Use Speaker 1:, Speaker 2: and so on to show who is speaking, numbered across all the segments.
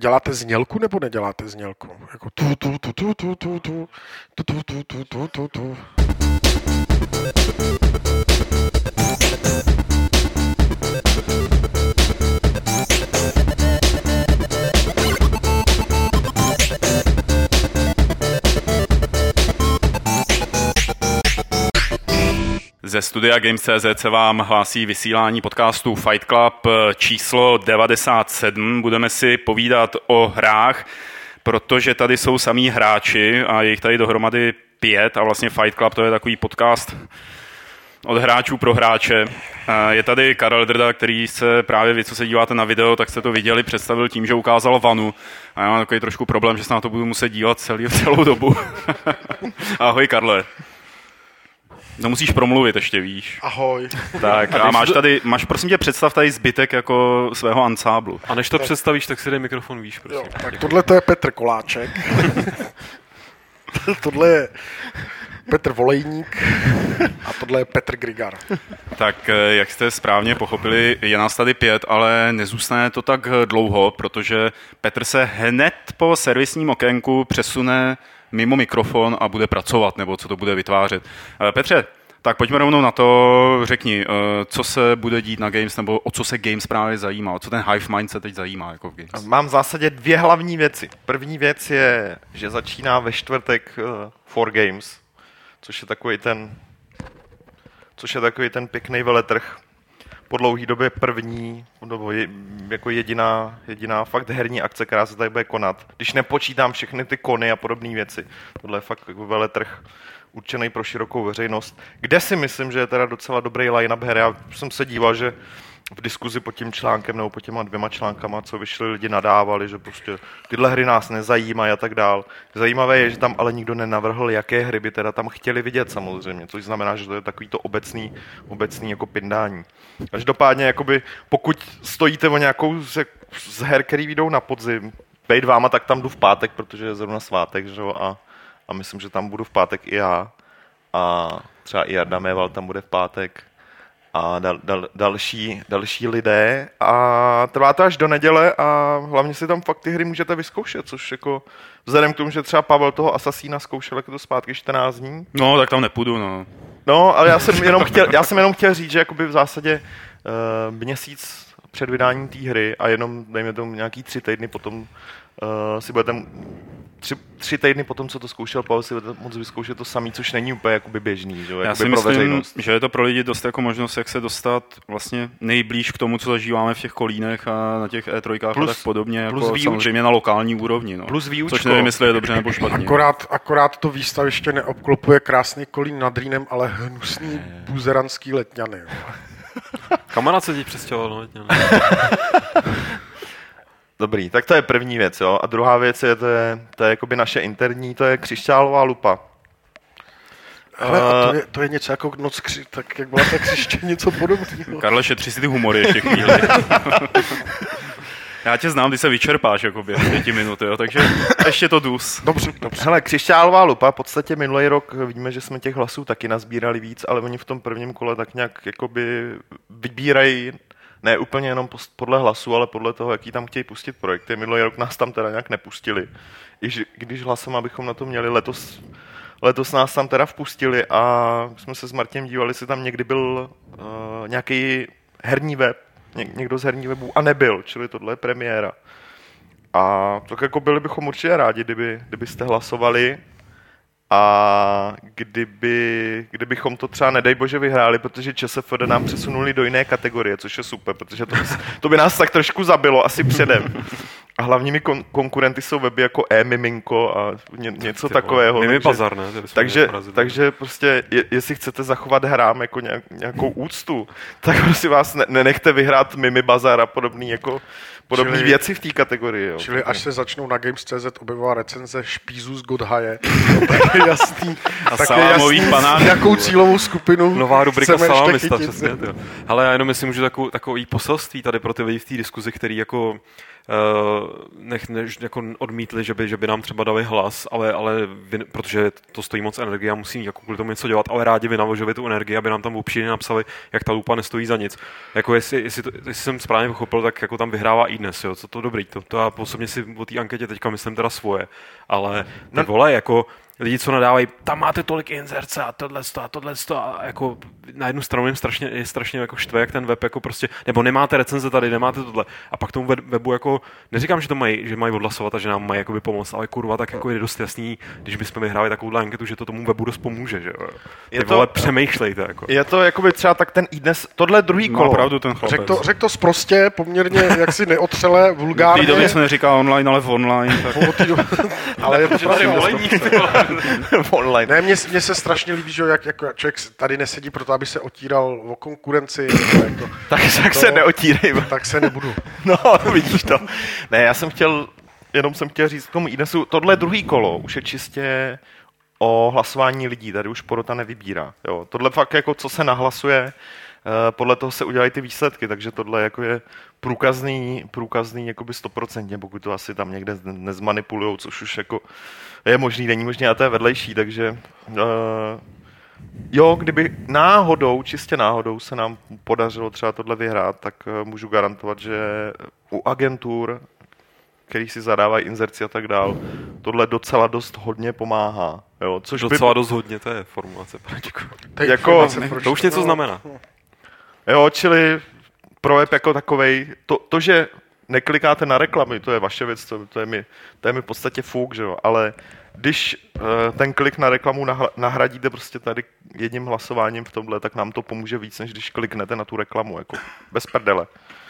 Speaker 1: děláte znělku nebo neděláte znělku? Jako tu.
Speaker 2: Ze studia Games.cz se vám hlásí vysílání podcastu Fight Club číslo 97. Budeme si povídat o hrách, protože tady jsou samí hráči a je jich tady dohromady 5 a vlastně Fight Club to je takový podcast od hráčů pro hráče. Je tady Karel Drda, který se právě vy, co se díváte na video, tak jste to viděli, představil tím, že ukázal vanu. A já mám takový trošku problém, že se na to budu muset dívat celou dobu. Ahoj Karle. No musíš promluvit ještě, víš.
Speaker 1: Ahoj.
Speaker 2: Tak a máš prosím tě představ tady zbytek jako svého ansáblu.
Speaker 3: A než to představíš, tak si dej mikrofon výš, prosím.
Speaker 1: Jo, tak tohle to je Petr Koláček. Tohle je Petr Volejník a tohle je Petr Grigar.
Speaker 2: Tak jak jste správně pochopili, je nás tady 5, ale nezůstane to tak dlouho, protože Petr se hned po servisním okénku přesune mimo mikrofon a bude pracovat, nebo co to bude vytvářet. Petře, tak pojďme rovnou na to, řekni, co se bude dít na Games, nebo o co se Games právě zajímá, o co ten Hive Mind se teď zajímá jako v Games.
Speaker 4: Mám v zásadě 2 hlavní věci. První věc je, že začíná ve čtvrtek 4Games, což je takový ten pěkný veletrh. Po dlouhý době první, nebo jako jediná fakt herní akce, která se tady bude konat. Když nepočítám všechny ty kony a podobné věci. Tohle je fakt jako veletrh určený pro širokou veřejnost, kde si myslím, že je teda docela dobrý line-up her. Já jsem se díval, že v diskuzi pod tím článkem nebo pod těma 2 článkama, co vyšly, lidi nadávali, že prostě tyhle hry nás nezajímají a tak dál. Zajímavé je, že tam ale nikdo nenavrhl, jaké hry by teda tam chtěli vidět samozřejmě, což znamená, že to je takový to obecný jako pindání. Každopádně, jakoby, pokud stojíte o nějakou z her, který vyjdou na podzim, bejt váma, tak tam jdu v pátek, protože je zrovna svátek, že jo, a myslím, že tam budu v pátek i já. A třeba i Jarda Méval tam bude v pátek. A další lidé a trvá to až do neděle a hlavně si tam fakt ty hry můžete vyzkoušet, což jako vzhledem k tomu, že třeba Pavel toho Assassina zkoušel jako to zpátky 14 dní.
Speaker 2: No, tak tam nepůjdu, no.
Speaker 4: No, ale já jsem jenom chtěl říct, že jakoby v zásadě měsíc před vydáním té hry a jenom, dejme tomu, nějaký 3 týdny potom si budete 3 týdny potom, co to zkoušel Pavel, si budete moc vyzkoušet to samý, což není úplně jakoby běžný, že?
Speaker 2: Já si myslím, že je to pro lidi dost jako možnost, jak se dostat vlastně nejblíž k tomu, co zažíváme v těch kolínech a na těch E3 a tak podobně, jako samozřejmě na lokální úrovni. No.
Speaker 4: Plus výučko.
Speaker 2: Což nevím, jestli je dobře nebo špatně.
Speaker 1: Akorát to výstaviště neobklopuje krásný kolín nad Rýnem, ale hnusný buzeranský Letňany.
Speaker 3: Kamarád se teď přestěhoval na Letňany.
Speaker 4: Dobrý, tak to je první věc, jo. A druhá věc je, to je jakoby naše interní, to je křišťálová lupa.
Speaker 1: Ale to je něco jako noc tak jak byla ta křiště, něco podobného.
Speaker 2: Karle, šetři si ty humory ještě chvíli. Já tě znám, ty se vyčerpáš jako během 5 minut, jo, takže ještě to dus.
Speaker 1: Dobře.
Speaker 4: Hele, křišťálová lupa, v podstatě minulý rok víme, že jsme těch hlasů taky nazbírali víc, ale oni v tom prvním kole tak nějak jakoby vybírají ne úplně jenom podle hlasu, ale podle toho, jaký tam chtějí pustit projekty. Minulý rok nás tam teda nějak nepustili. I když hlasem, abychom na to měli, letos nás tam teda vpustili a jsme se s Martinem dívali, jestli tam někdy byl nějaký herní web, někdo z herní webů a nebyl, čili tohle je premiéra. A tak jako byli bychom určitě rádi, kdybyste hlasovali a kdybychom to třeba nedej bože vyhráli, protože ČSFD nám přesunuli do jiné kategorie, což je super, protože to by nás tak trošku zabilo asi předem. A hlavními konkurenty jsou weby jako e-miminko a něco takového.
Speaker 3: Mimi Bazar, ne?
Speaker 4: Takže prostě, jestli chcete zachovat hrám jako nějakou úctu, tak prostě vás nenechte vyhrát Mimi Bazar a podobný věci v té kategorii. Jo.
Speaker 1: Čili až se začnou na Games.cz objevovat recenze špízů z Godhaje, tak je jasný,
Speaker 2: banánů,
Speaker 1: jakou cílovou skupinu
Speaker 3: nová rubrika salámista, přesně. Ale já jenom myslím, že takový poselství tady pro ty lidi v té diskuzi, který jako jako odmítli, že by nám třeba dali hlas, ale protože to stojí moc energie a musí jako kvůli tomu něco dělat, ale rádi vynaložili tu energii, aby nám tam obšírně napsali, jak ta lupa nestojí za nic. Jako jestli jsem správně pochopil, tak jako tam vyhrává i dnes, jo, co to dobrý. To já osobně si o té anketě teďka myslím teda svoje, ale ty vole, jako lidi, co nadávají, tam máte tolik inzerce a tohle a jako na jednu stranu je strašně jako štve, jak ten web jako prostě, nebo nemáte recenze tady, nemáte tohle. A pak tomu webu jako, neříkám, že mají odhlasovat a že nám mají jakoby pomoct, ale kurva, tak jako je dost jasný, když bychom vyhráli takovouhle anketu, že to tomu webu dost pomůže, že jo. Ty vole, přemýšlejte jako.
Speaker 4: Je to jakoby třeba tak ten iDnes, tohle druhý kolo.
Speaker 2: Opravdu ten chlapec.
Speaker 1: Řek to sprostě, poměrně jaksi neotřele, vulgárně.
Speaker 2: V té době se neříká online, ale v online. Tak...
Speaker 1: ale je to
Speaker 4: online.
Speaker 1: Ne, mně se strašně líbí, že jak jako člověk tady nesedí proto, aby se otíral o konkurenci. Jako,
Speaker 4: tak se neotírej.
Speaker 1: Tak se nebudu.
Speaker 4: No, vidíš to. Ne, já jsem chtěl říct k tomu iDnesu, tohle druhý kolo už je čistě o hlasování lidí, tady už porota nevybírá. Jo. Tohle fakt jako co se nahlasuje, podle toho se udělají ty výsledky, takže tohle jako je průkazný jakoby 100%, pokud to asi tam někde nezmanipulujou, což už jako je možný, není možný, a to je vedlejší, takže jo, kdyby čistě náhodou se nám podařilo třeba tohle vyhrát, tak můžu garantovat, že u agentur, který si zadávají inzerci a tak dál, tohle docela dost hodně pomáhá. Jo, což
Speaker 3: docela dost hodně, to je formulace, Pračku.
Speaker 4: Jako,
Speaker 3: to už něco znamená.
Speaker 4: Jo, čili pro web jako takovej, to, že neklikáte na reklamy, to je vaše věc, to je mi v podstatě fuk, že jo, ale když ten klik na reklamu nahradíte prostě tady jedním hlasováním v tomhle, tak nám to pomůže víc, než když kliknete na tu reklamu, jako bez prdele.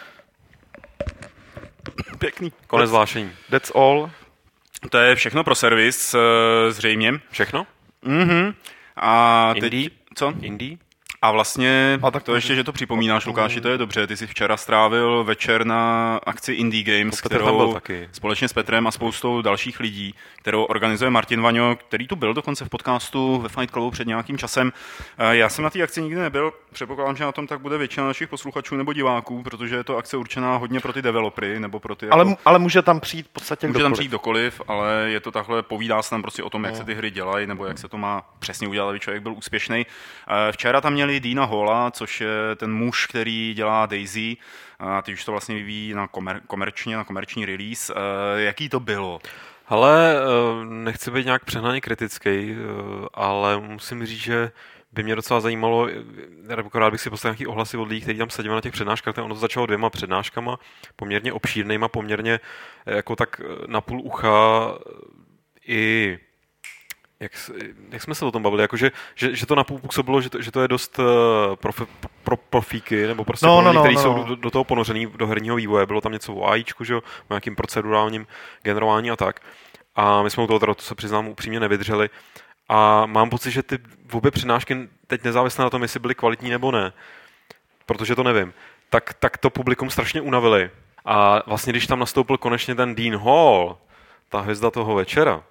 Speaker 2: Pěkný.
Speaker 3: Konec zvlášení.
Speaker 4: That's all.
Speaker 2: To je všechno pro servis, zřejmě.
Speaker 3: Všechno?
Speaker 2: Mhm. A teď...
Speaker 3: Indie?
Speaker 2: Co?
Speaker 3: Indie?
Speaker 2: A vlastně,
Speaker 4: a tak
Speaker 2: to ještě, že to připomínáš, Lukáši, to je dobře. Ty jsi včera strávil večer na akci Indie Games, kterou společně s Petrem a spoustou dalších lidí, kterou organizuje Martin Vaňo, který tu byl dokonce v podcastu ve Fight Clubu před nějakým časem. Já jsem na té akci nikdy nebyl, předpokládám, že na tom tak bude většina našich posluchačů nebo diváků, protože je to akce určená hodně pro ty developery, nebo pro ty...
Speaker 4: Ale může tam přijít v podstatě
Speaker 2: kdokoliv. Může tam přijít kdokoliv, ale je to takhle, povídá se tam prostě o tom, jak se ty hry dělají, nebo jak se to má přesně udělat, aby člověk byl úspěšný. Včera tam měli Deana Halla, což je ten muž, který dělá Daisy, a teď už to vlastně vyvíjí na komerční release. Jaký to bylo?
Speaker 3: Hele, nechci být nějak přehnaně kritický, ale musím říct, že by mě docela zajímalo, rád bych si poslal nějaký ohlasy od lidí, kteří tam seděli na těch přednáškách. Ono to začalo 2 přednáškama, poměrně obšírnejma, poměrně jako tak na půl ucha i... Jak jsme se o tom bavili, jakože, že to napůl působilo, že to je dost pro profíky, nebo prostě pro lidi, kteří jsou do toho ponořený do herního vývoje. Bylo tam něco o AIčku, že, o nějakým procedurálním generování a tak. A my jsme u toho, to se přiznám, upřímně nevydrželi. A mám pocit, že ty obě přednášky, teď nezávisle na tom, jestli byly kvalitní nebo ne, protože to nevím, tak to publikum strašně unavili. A vlastně, když tam nastoupil konečně ten Dean Hall, ta hvězda toho večera,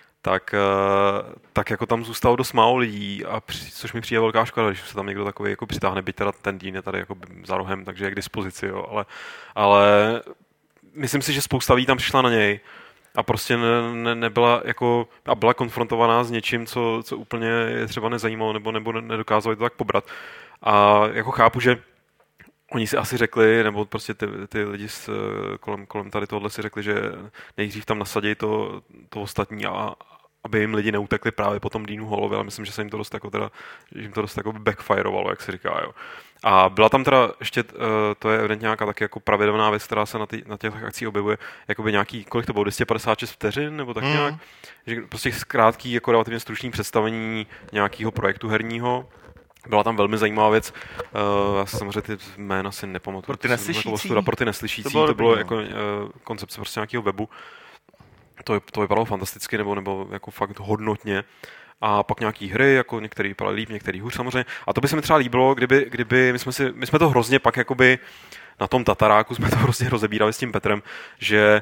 Speaker 3: tak jako tam zůstalo dost málo lidí, což mi přijde velká škoda, když se tam někdo takový jako přitáhne, byť teda ten Dean je tady jako za rohem, takže je k dispozici, jo, ale myslím si, že spousta lidí tam přišla na něj a prostě nebyla jako, a byla konfrontovaná s něčím, co úplně je třeba nezajímalo, nebo nedokázali to tak pobrat. A jako chápu, že oni si asi řekli, nebo prostě ty lidi kolem tady tohle si řekli, že nejdřív tam nasadí to ostatní a aby jim lidi neutekli právě po tom Deanu Hallovi, ale myslím, že se jim to dost jako teda, že jim to dost jako backfirovalo, jak se říká, jo. A byla tam teda ještě, to je evidentně nějaká taky jako pravidelná věc, která se na těch akcích objevuje, jakoby nějaký, kolik to bylo, 256 vteřin, nebo tak nějak, že prostě krátký, jako relativně stručný představení nějakého projektu herního. Byla tam velmi zajímavá věc, já se samozřejmě ty jména si nepamatuju.
Speaker 4: Pro ty neslyšící?
Speaker 3: Pro ty neslyšící, to bylo jako koncepce prostě nějakého webu. To vypadalo fantasticky, nebo jako fakt hodnotně. A pak nějaký hry, jako některý vypadaly líp, některý hůř samozřejmě. A to by se mi třeba líbilo, kdyby my jsme to hrozně pak jakoby na tom Tataráku jsme to hrozně rozebírali s tím Petrem, že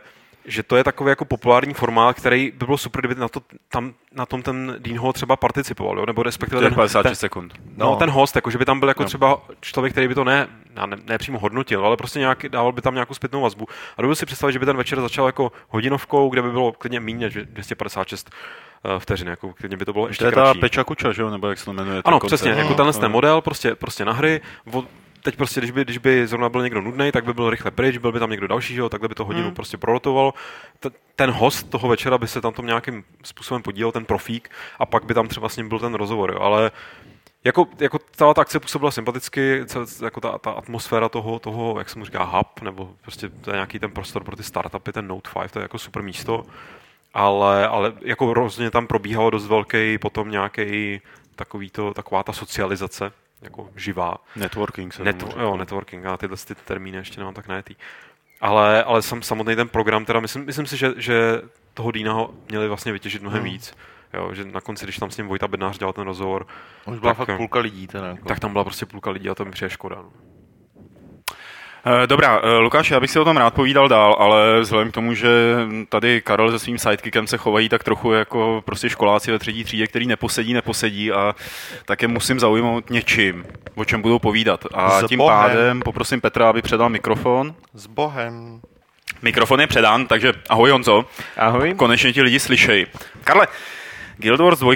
Speaker 3: že to je takový jako populární formát, který by bylo super, kdyby na tom ten Dean Hall třeba participoval, jo? Nebo respektive
Speaker 2: ten 56 sekund.
Speaker 3: No, ten host, jako, že by tam byl jako třeba člověk, který by to ne přímo hodnotil, ale prostě dával by tam nějakou zpětnou vazbu. A dovedu si představit, že by ten večer začal jako hodinovkou, kde by bylo klidně méně než 256 vteřin, jako klidně by to bylo ještě kratší.
Speaker 2: To je ta Peča Kuča, že jo, nebo jak se to jmenuje?
Speaker 3: Ano, přesně, jako tenhle model prostě na hry. Teď prostě, když by zrovna byl někdo nudnej, tak by byl rychle pryč, byl by tam někdo další, že jo, takhle by to hodinu prostě prolotoval. Ten host toho večera by se tam tom nějakým způsobem podílel, ten profík, a pak by tam třeba s ním byl ten rozhovor, jo. Ale jako ta akce působila sympaticky, jako ta atmosféra toho, jak se mu říká, hub, nebo prostě to je nějaký ten prostor pro ty startupy, ten Note 5, to je jako super místo, ale jako rozhodně tam probíhalo dost velký potom nějaký taková ta socializace, jako živá.
Speaker 2: Networking.
Speaker 3: Networking, a tyhle ty termíny ještě nemám tak najetý. Ale samotný ten program, teda myslím si, že toho Deana ho měli vlastně vytěžit mnohem víc. Jo, že na konci, když tam s ním Vojta Bednář dělal ten rozhovor,
Speaker 4: už byla fakt půlka lidí.
Speaker 3: Tak tam byla prostě půlka lidí a to mi přijde škoda. No.
Speaker 2: Dobrá, Lukáš, já bych si o tom rád povídal dál, ale vzhledem k tomu, že tady Karel se svým sidekickem se chovají tak trochu jako prostě školáci ve 3. třídě, který neposedí a tak je musím zaujmout něčím, o čem budou povídat. A tím pádem poprosím Petra, aby předal mikrofon.
Speaker 4: S Bohem.
Speaker 2: Mikrofon je předán, takže ahoj Honzo.
Speaker 5: Ahoj.
Speaker 2: Konečně ti lidi slyšejí. Karle, Guild Wars 2.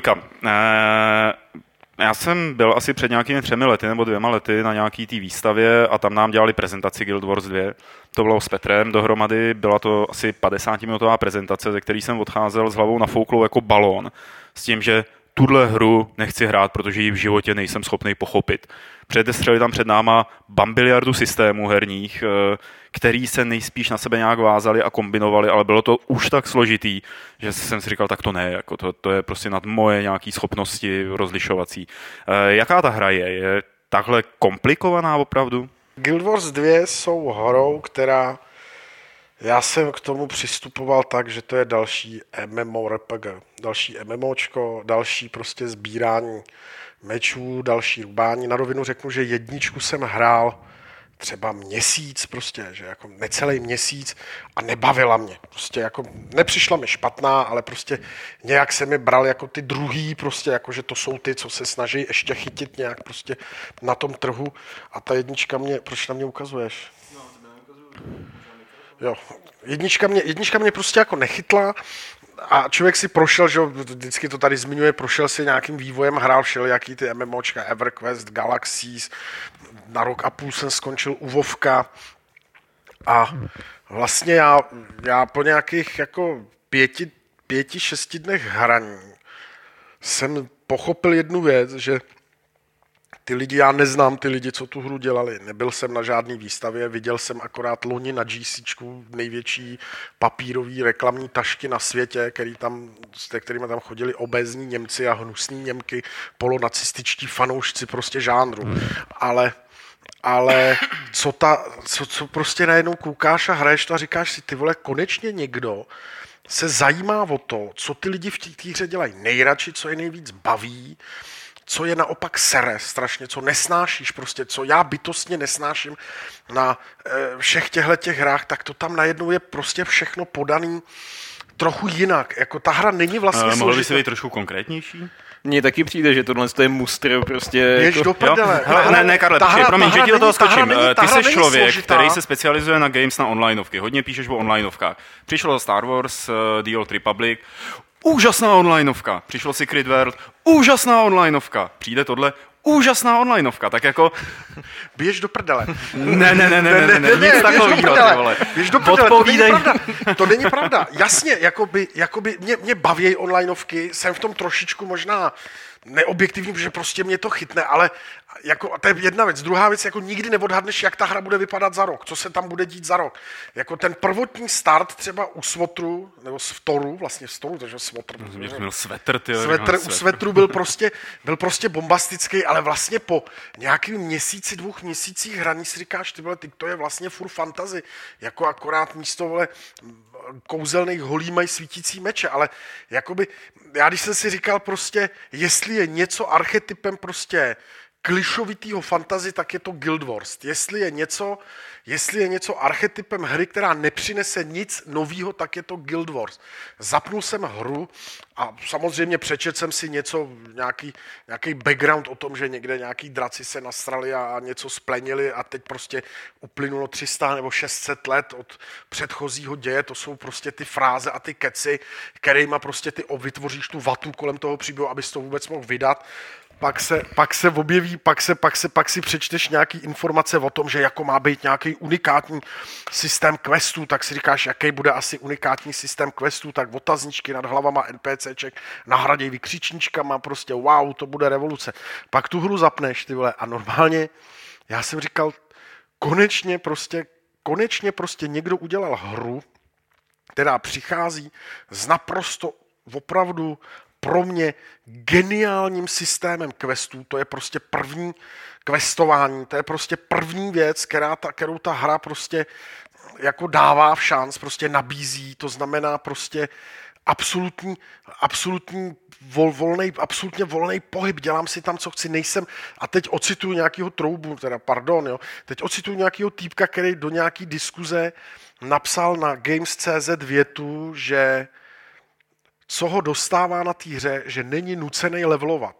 Speaker 2: Já jsem byl asi před nějakými 3 lety nebo 2 lety na nějaký té výstavě a tam nám dělali prezentaci Guild Wars 2. To bylo s Petrem dohromady, byla to asi 50-minutová prezentace, ze který jsem odcházel s hlavou nafouklou jako balón, s tím, že tuhle hru nechci hrát, protože ji v životě nejsem schopný pochopit. Předestřeli tam před náma bambiliardu systémů herních, který se nejspíš na sebe nějak vázali a kombinovali, ale bylo to už tak složitý, že jsem si říkal, tak to ne, jako to je prostě nad moje nějaké schopnosti rozlišovací. Jaká ta hra je? Je takhle komplikovaná opravdu?
Speaker 1: Guild Wars 2 jsou hrou, která já jsem k tomu přistupoval tak, že to je další MMORPG, další MMOčko, další prostě sbírání mečů, další rubání. Na rovinu řeknu, že 1 jsem hrál třeba měsíc prostě, že jako necelý měsíc a nebavila mě. Prostě jako nepřišla mi špatná, ale prostě nějak se mi bral jako ty druhý prostě, jako že to jsou ty, co se snaží ještě chytit nějak prostě na tom trhu a ta 1 mě, proč na mě ukazuješ? Jo, jednička mě prostě jako nechytla a člověk si prošel, že vždycky to tady zmiňuje, prošel si nějakým vývojem, hrál všelijaký ty MMOčka, EverQuest, Galaxies, na 1,5 roku jsem skončil u Vovka a vlastně já po nějakých jako 5-6 dnech hraní jsem pochopil jednu věc, že ty lidi, já neznám ty lidi, co tu hru dělali. Nebyl jsem na žádný výstavě, viděl jsem akorát loni na GCčku největší papírový reklamní tašky na světě, s kterými tam chodili obézní Němci a hnusní Němky, polonacističtí fanoušci prostě žánru. Ale co prostě najednou koukáš a hraješ to a říkáš si, ty vole, konečně někdo se zajímá o to, co ty lidi v té hře dělají nejradši, co je nejvíc baví, co je naopak sere strašně, co nesnášíš prostě, co já bytostně nesnáším na všech těchto hrách, tak to tam najednou je prostě všechno podaný trochu jinak. Jako ta hra není vlastně složitá.
Speaker 2: Mohl by si být trošku konkrétnější?
Speaker 5: Mně taky přijde, že tohle je mustr prostě...
Speaker 1: Běž do prdele.
Speaker 2: Ne, Karle, promiň, že ti do toho skočím. Ty jsi člověk,
Speaker 1: složitá,
Speaker 2: který se specializuje na games na onlineovky. Hodně píšeš o onlineovkách. Přišlo Star Wars, The Old Republic, úžasná onlineovka. Přišlo Secret World, úžasná onlineovka. Přijde tohle, úžasná onlineovka. Tak jako...
Speaker 1: Běž do prdele.
Speaker 2: Ne, nic takového, ty vole.
Speaker 1: Běž do prdele, to není pravda. Jasně, jakoby mě baví onlineovky, jsem v tom trošičku možná neobjektivní, protože prostě mě to chytne, ale jako, to je jedna věc. Druhá věc, jako nikdy neodhadneš, jak ta hra bude vypadat za rok, co se tam bude dít za rok. Jako ten prvotní start třeba u SWOTru, nebo SVTORu, vlastně SVTORu, takže SWOTR.
Speaker 2: Měl svetr, ty.
Speaker 1: U SWOTru byl prostě bombastický, ale vlastně po nějakým měsíci, 2 měsících hraní si říkáš, ty vole, to je vlastně furt fantasy, jako akorát místo, vole, kouzelných holí mají svítící meče, ale jakoby, já když jsem si říkal prostě, jestli je něco archetypem prostě klišovitýho fantasy, tak je to Guild Wars. Jestli je něco archetypem hry, která nepřinese nic novýho, tak je to Guild Wars. Zapnul jsem hru a samozřejmě přečetl jsem si něco, nějaký background o tom, že někde nějaký draci se nasrali a něco splenili a teď prostě uplynulo 300 nebo 600 let od předchozího děje. To jsou prostě ty fráze a ty keci, kterýma prostě ty vytvoříš tu vatu kolem toho příběhu, abys to vůbec mohl vydat. Pak se objeví, pak si přečteš nějaký informace o tom, že jako má být nějaký unikátní systém questů, tak si říkáš, jaký bude asi unikátní systém questů, tak otazníčky nad hlavama NPCček nahraděj vykřičníčkama, prostě wow, to bude revoluce. Pak tu hru zapneš, ty vole, a normálně, já jsem říkal, konečně prostě někdo udělal hru, která přichází s naprosto opravdu pro mě geniálním systémem questů, to je prostě první questování, to je prostě první věc, kterou ta hra prostě jako dává v šanc, prostě nabízí, to znamená prostě absolutně volný pohyb, dělám si tam, co chci, nejsem, a teď ocituju nějakýho teď ocituju nějakýho týpka, který do nějaký diskuze napsal na Games.cz větu, že co ho dostává na té hře, že není nucený levelovat.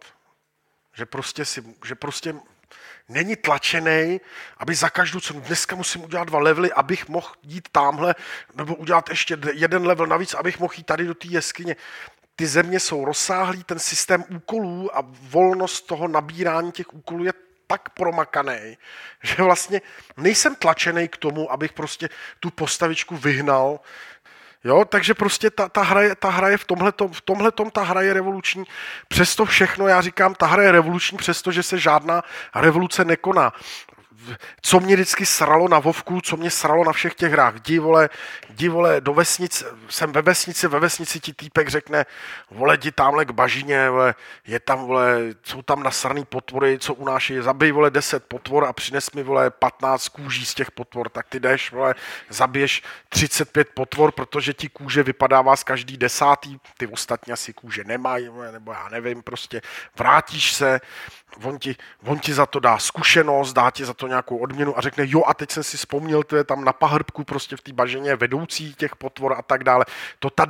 Speaker 1: Že prostě není tlačený, aby za každou cenu dneska musím udělat 2 levely, abych mohl jít tamhle, nebo udělat ještě 1 level navíc, abych mohl jít tady do té jeskyně. Ty země jsou rozsáhlý, ten systém úkolů a volnost toho nabírání těch úkolů je tak promakaný, že vlastně nejsem tlačený k tomu, abych prostě tu postavičku vyhnal. Jo, takže prostě ta hra je v tomhletom ta hra je revoluční. Přesto všechno, já říkám, ta hra je revoluční, přestože se žádná revoluce nekoná. Co mě vždycky sralo na Vovku, co mě sralo na všech těch hrách. Jdi vole, do vesnice, jsem ve vesnici ti týpek řekne, vole, jdi tamhle k bažině, vole, je tam, vole, jsou tam nasraný potvory, co unáší, zabij, vole, 10 potvor a přines mi, vole, 15 kůží z těch potvor, tak ty jdeš, vole, zabiješ 35 potvor, protože ti kůže vypadává z každý 10. Ty ostatní asi kůže nemají, vole, nebo já nevím, prostě vrátíš se, on ti za to dá zkušenost, dá ti za to nějakou odměnu a řekne, jo, a teď jsem si vzpomněl, to je tam na pahrbku prostě v té baženě vedoucí těch potvor a tak dále. To tady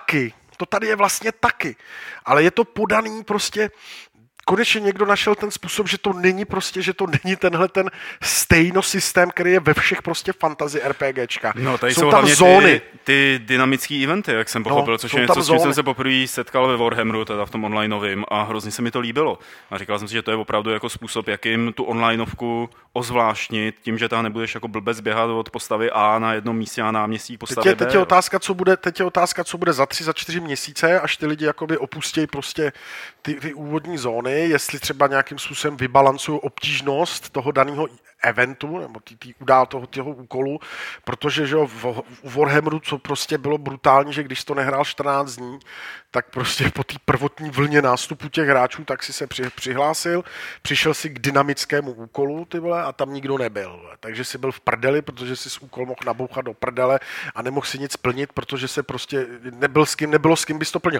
Speaker 1: je vlastně taky, ale je to podaný prostě, konečně někdo našel ten způsob, že to není tenhle ten stejnosystém, který je ve všech prostě fantasy RPGčka.
Speaker 2: No, tady jsou
Speaker 1: tam
Speaker 2: hlavně
Speaker 1: zóny.
Speaker 2: Ty dynamický eventy, jak jsem pochopil, což je něco, s čím jsem se poprvé setkal ve Warhammeru, teda v tom onlineovým, a hrozně se mi to líbilo. A říkal jsem si, že to je opravdu jako způsob, jakým tu onlineovku ozvláštnit, tím, že tam nebudeš jako blbec běhat od postavy A na jednom místě a náměstí postavy B.
Speaker 1: Teď je otázka, co bude za 3-4 měsíce, až ty lidi jakoby opustí prostě ty úvodní zóny, jestli třeba nějakým způsobem vybalancují obtížnost toho daného eventu, nebo toho úkolu, protože že u Warhammeru, co prostě bylo brutální, že když jsi to nehrál 14 dní, tak prostě po té prvotní vlně nástupu těch hráčů, tak si se přihlásil, přišel si k dynamickému úkolu, ty vole, a tam nikdo nebyl. Takže si byl v prdeli, protože si s úkol mohl nabouchat do prdele a nemohl si nic plnit, protože se prostě nebylo s kým bys to plnil.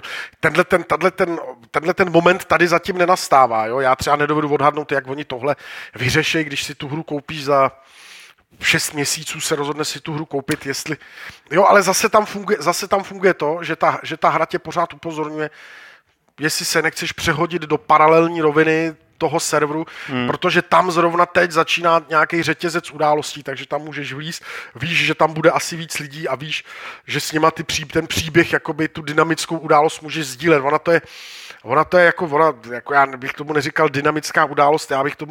Speaker 1: Tenhle ten moment tady zatím nenastává. Jo? Já třeba nedovedu odhadnout, jak oni tohle vyřeší, když si tu hru koupíš za 6 měsíců, se rozhodne si tu hru koupit, jestli... Jo, ale zase tam funguje to, že ta hra tě pořád upozorňuje, jestli se nechceš přehodit do paralelní roviny toho serveru, protože tam zrovna teď začíná nějaký řetězec událostí, takže tam můžeš vlízt, víš, že tam bude asi víc lidí a víš, že s nima ten příběh, jakoby tu dynamickou událost můžeš sdílet. Ona to je jako já bych tomu neříkal dynamická událost, já bych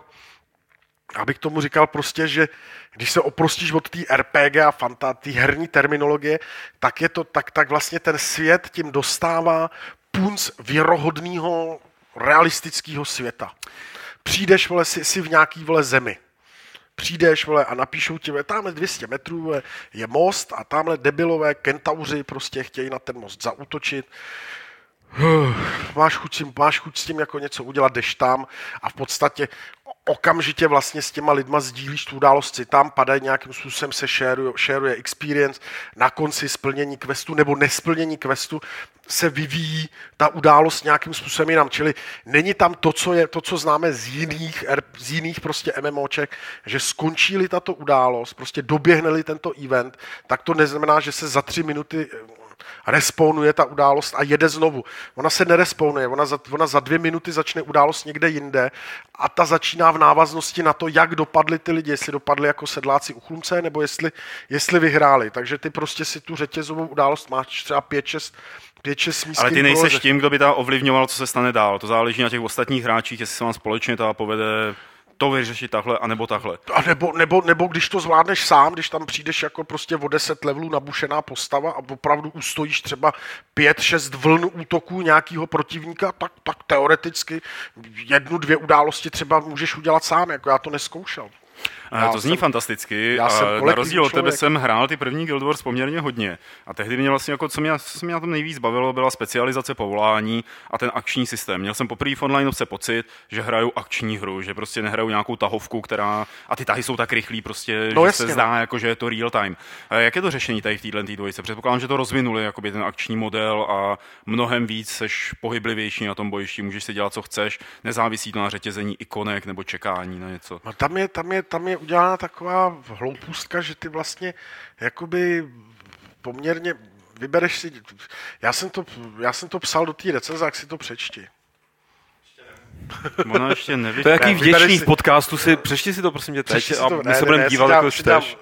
Speaker 1: tomu říkal prostě, že když se oprostíš od té RPG a té herní terminologie, tak vlastně ten svět tím dostává punc věrohodného realistického světa. Přijdeš, vole, si v nějaký, vole, zemi. Přijdeš, vole, a napíšou ti, vole, tamhle 200 metrů, vole, je most a tamhle debilové kentauři prostě chtějí na ten most zaútočit. Máš chuť s tím jako něco udělat, jdeš tam a v podstatě okamžitě vlastně s těma lidma sdílíš tu událost, si tam padají nějakým způsobem se shareuje experience, na konci splnění questu nebo nesplnění questu se vyvíjí ta událost nějakým způsobem jinam. Čili není tam to, co známe z jiných prostě MMOček, že skončí-li tato událost, prostě doběhne-li tento event, tak to neznamená, že se za 3 minuty respawnuje ta událost a jede znovu. Ona se nerespawnuje, ona za 2 minuty začne událost někde jinde a ta začíná v návaznosti na to, jak dopadli ty lidi, jestli dopadli jako sedláci u chlumce, nebo jestli vyhráli. Takže ty prostě si tu řetězovou událost máš třeba 5-6 místních.
Speaker 2: Ale ty nejseš tím, kdo by ta ovlivňoval, co se stane dál. To záleží na těch ostatních hráčích, jestli se vám společně ta povede to vyřešit takhle, anebo takhle.
Speaker 1: A nebo když to zvládneš sám, když tam přijdeš jako prostě o 10 levelů nabušená postava a opravdu ustojíš třeba 5-6 vln útoků nějakého protivníka, tak teoreticky 1-2 události třeba můžeš udělat sám, jako já to neskoušel.
Speaker 2: To zní fantasticky a na rozdíl od tebe jsem hrál ty první Guild Wars poměrně hodně. A tehdy mě vlastně, jako, co mě na tom nejvíc bavilo, byla specializace povolání a ten akční systém. Měl jsem poprvé v onlineovce pocit, že hraju akční hru, že prostě nehraju nějakou tahovku, která... A ty tahy jsou tak rychlý prostě, že se zdá, jako, že je to real time. A jak je to řešení tady v této dvojice? Předpokládám, že to rozvinuli, jakoby ten akční model a mnohem víc seš pohyblivější na tom bojišti, můžeš si dělat, co chceš, nezávisí to na řetězení ikonek nebo čekání na něco.
Speaker 1: No tam je udělána taková hloupůstka, že ty vlastně jakoby poměrně vybereš si... Já jsem to psal do té recenze, jak si to přečti.
Speaker 2: Ona ještě nevyšlo.
Speaker 3: To je jaký vděčný v podcastu, přečti si to prosím tě teď a my se budeme dívat, jako čteš.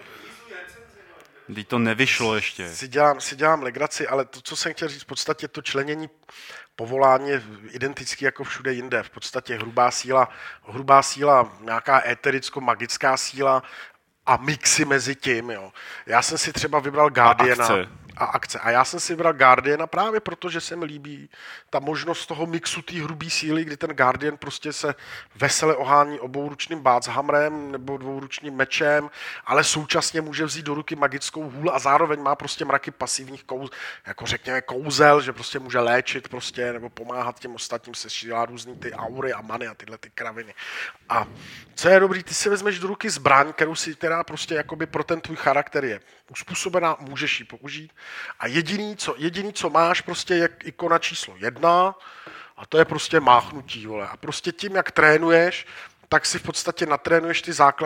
Speaker 2: Když to nevyšlo ještě.
Speaker 1: Si dělám legraci, ale to, co jsem chtěl říct, v podstatě to členění povolání je identický jako všude jinde. V podstatě hrubá síla, nějaká étericko-magická síla a mixy mezi tím. Jo. Já jsem si třeba vybral Guardiana. A akce. A já jsem si vybral Guardiana právě proto, že se mi líbí ta možnost toho mixu té hrubé síly, kdy ten Guardian prostě se vesele ohání obouručným báchamrem nebo dvouručním mečem, ale současně může vzít do ruky magickou hůl a zároveň má prostě mraky pasivních jako řekněme kouzel, že prostě může léčit prostě nebo pomáhat těm ostatním, se šílá různý ty aury a many a tyhle ty kraviny. A co je dobrý, ty si vezmeš do ruky zbraň, která prostě jakoby pro ten tvůj charakter je uspůsobená, můžeš ji použít. A jediný, co máš, prostě je ikona číslo 1 a to je prostě máchnutí, vole. A prostě tím, jak trénuješ, tak si v podstatě natrénuješ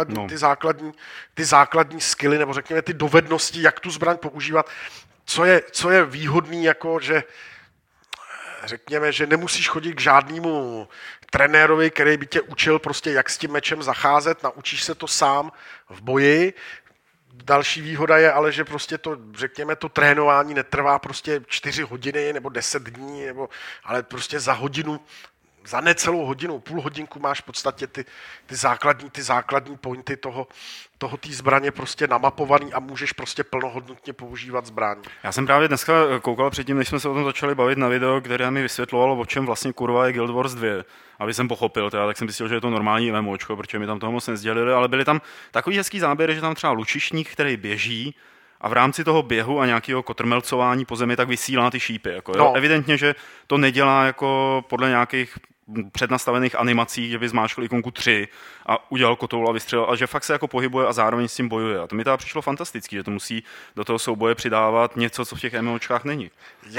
Speaker 1: ty základní skilly, nebo řekněme ty dovednosti, jak tu zbraň používat. Co je výhodný, jako že řekněme, že nemusíš chodit k žádnému trenérovi, který by tě učil prostě, jak s tím mečem zacházet, naučíš se to sám v boji. Další výhoda je ale, že prostě to, řekněme, to trénování netrvá prostě 4 hodiny nebo 10 dní, ale prostě za necelou hodinu, půl hodinku máš v podstatě ty základní pointy toho té zbraně prostě namapovaný a můžeš prostě plnohodnotně používat zbraň.
Speaker 2: Já jsem právě dneska koukal předtím, než jsme se o tom začali bavit na video, které mi vysvětlovalo, o čem vlastně kurva je Guild Wars 2. Aby jsem pochopil, tak jsem zjistil, že je to normální MMOčko, protože mi tam toho moc nezdělili, ale byly tam takový hezký záběry, že tam třeba lučišník, který běží a v rámci toho běhu a nějakého kotrmelcování po zemi tak vysílá ty šípy. Jako, jo? Evidentně, že to nedělá jako podle nějakých přednastavených animací, že by zmáčkl ikonku 3 a udělal kotoul a vystřelil, ale že fakt se jako pohybuje a zároveň s tím bojuje. A to mi teda přišlo fantastický, že to musí do toho souboje přidávat něco, co v těch MMOčkách není.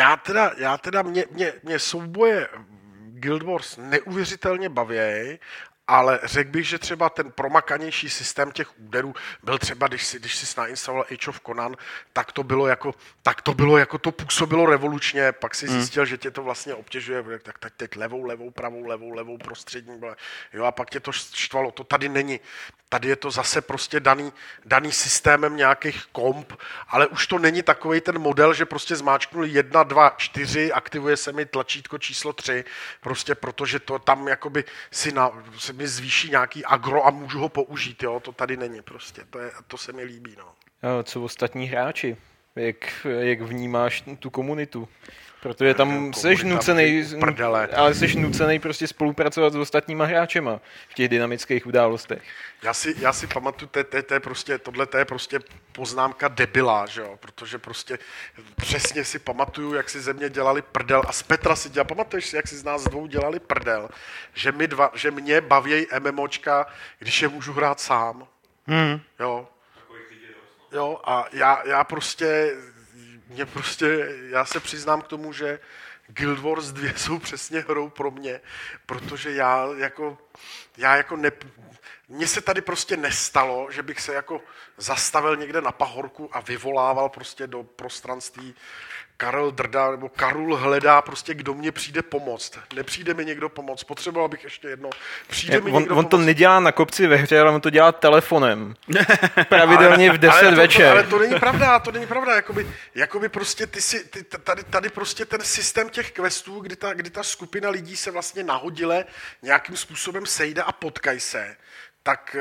Speaker 2: Mě
Speaker 1: souboje Guild Wars neuvěřitelně baví, ale řekl bych, že třeba ten promakanější systém těch úderů byl třeba, když jsi nainstaloval Age of Conan, tak to bylo jako to působilo revolučně, pak si zjistil, že tě to vlastně obtěžuje, tak teď levou, pravou, prostřední, jo, a pak tě to štvalo, to tady není. Tady je to zase prostě daný systémem nějakých komp, ale už to není takovej ten model, že prostě zmáčknuli 1, 2, 4, aktivuje se mi tlačítko číslo 3, prostě protože to tam jakoby se mi zvýší nějaký agro a můžu ho použít, jo, to tady není prostě, to se mi líbí, no.
Speaker 5: Co ostatní hráči? jak vnímáš tu komunitu. Protože tam seš nucenej prostě spolupracovat s ostatníma hráčema v těch dynamických událostech.
Speaker 1: Já si pamatuju, tohle je prostě poznámka debila, že jo? Protože prostě přesně si pamatuju, jak si ze mě dělali prdel a z Petra si dělal, pamatuješ si, jak si z nás dvou dělali prdel, že mě bavějí MMOčka, když je můžu hrát sám. Jo. Jo, a já se přiznám k tomu, že Guild Wars 2 jsou přesně hrou pro mě, protože mně se tady prostě nestalo, že bych se jako zastavil někde na pahorku a vyvolával prostě do prostranství Karel Drda nebo Karul hledá prostě, kdo mě přijde pomoct. Nepřijde mi někdo pomoct, potřeboval bych ještě jedno.
Speaker 5: On to nedělá na kopci ve hře, ale on to dělá telefonem. Pravidelně v 10 večer.
Speaker 1: Ale to není pravda. Jakoby prostě tady prostě ten systém těch questů, kdy ta skupina lidí se vlastně nahodile nějakým způsobem sejde a potkají se, tak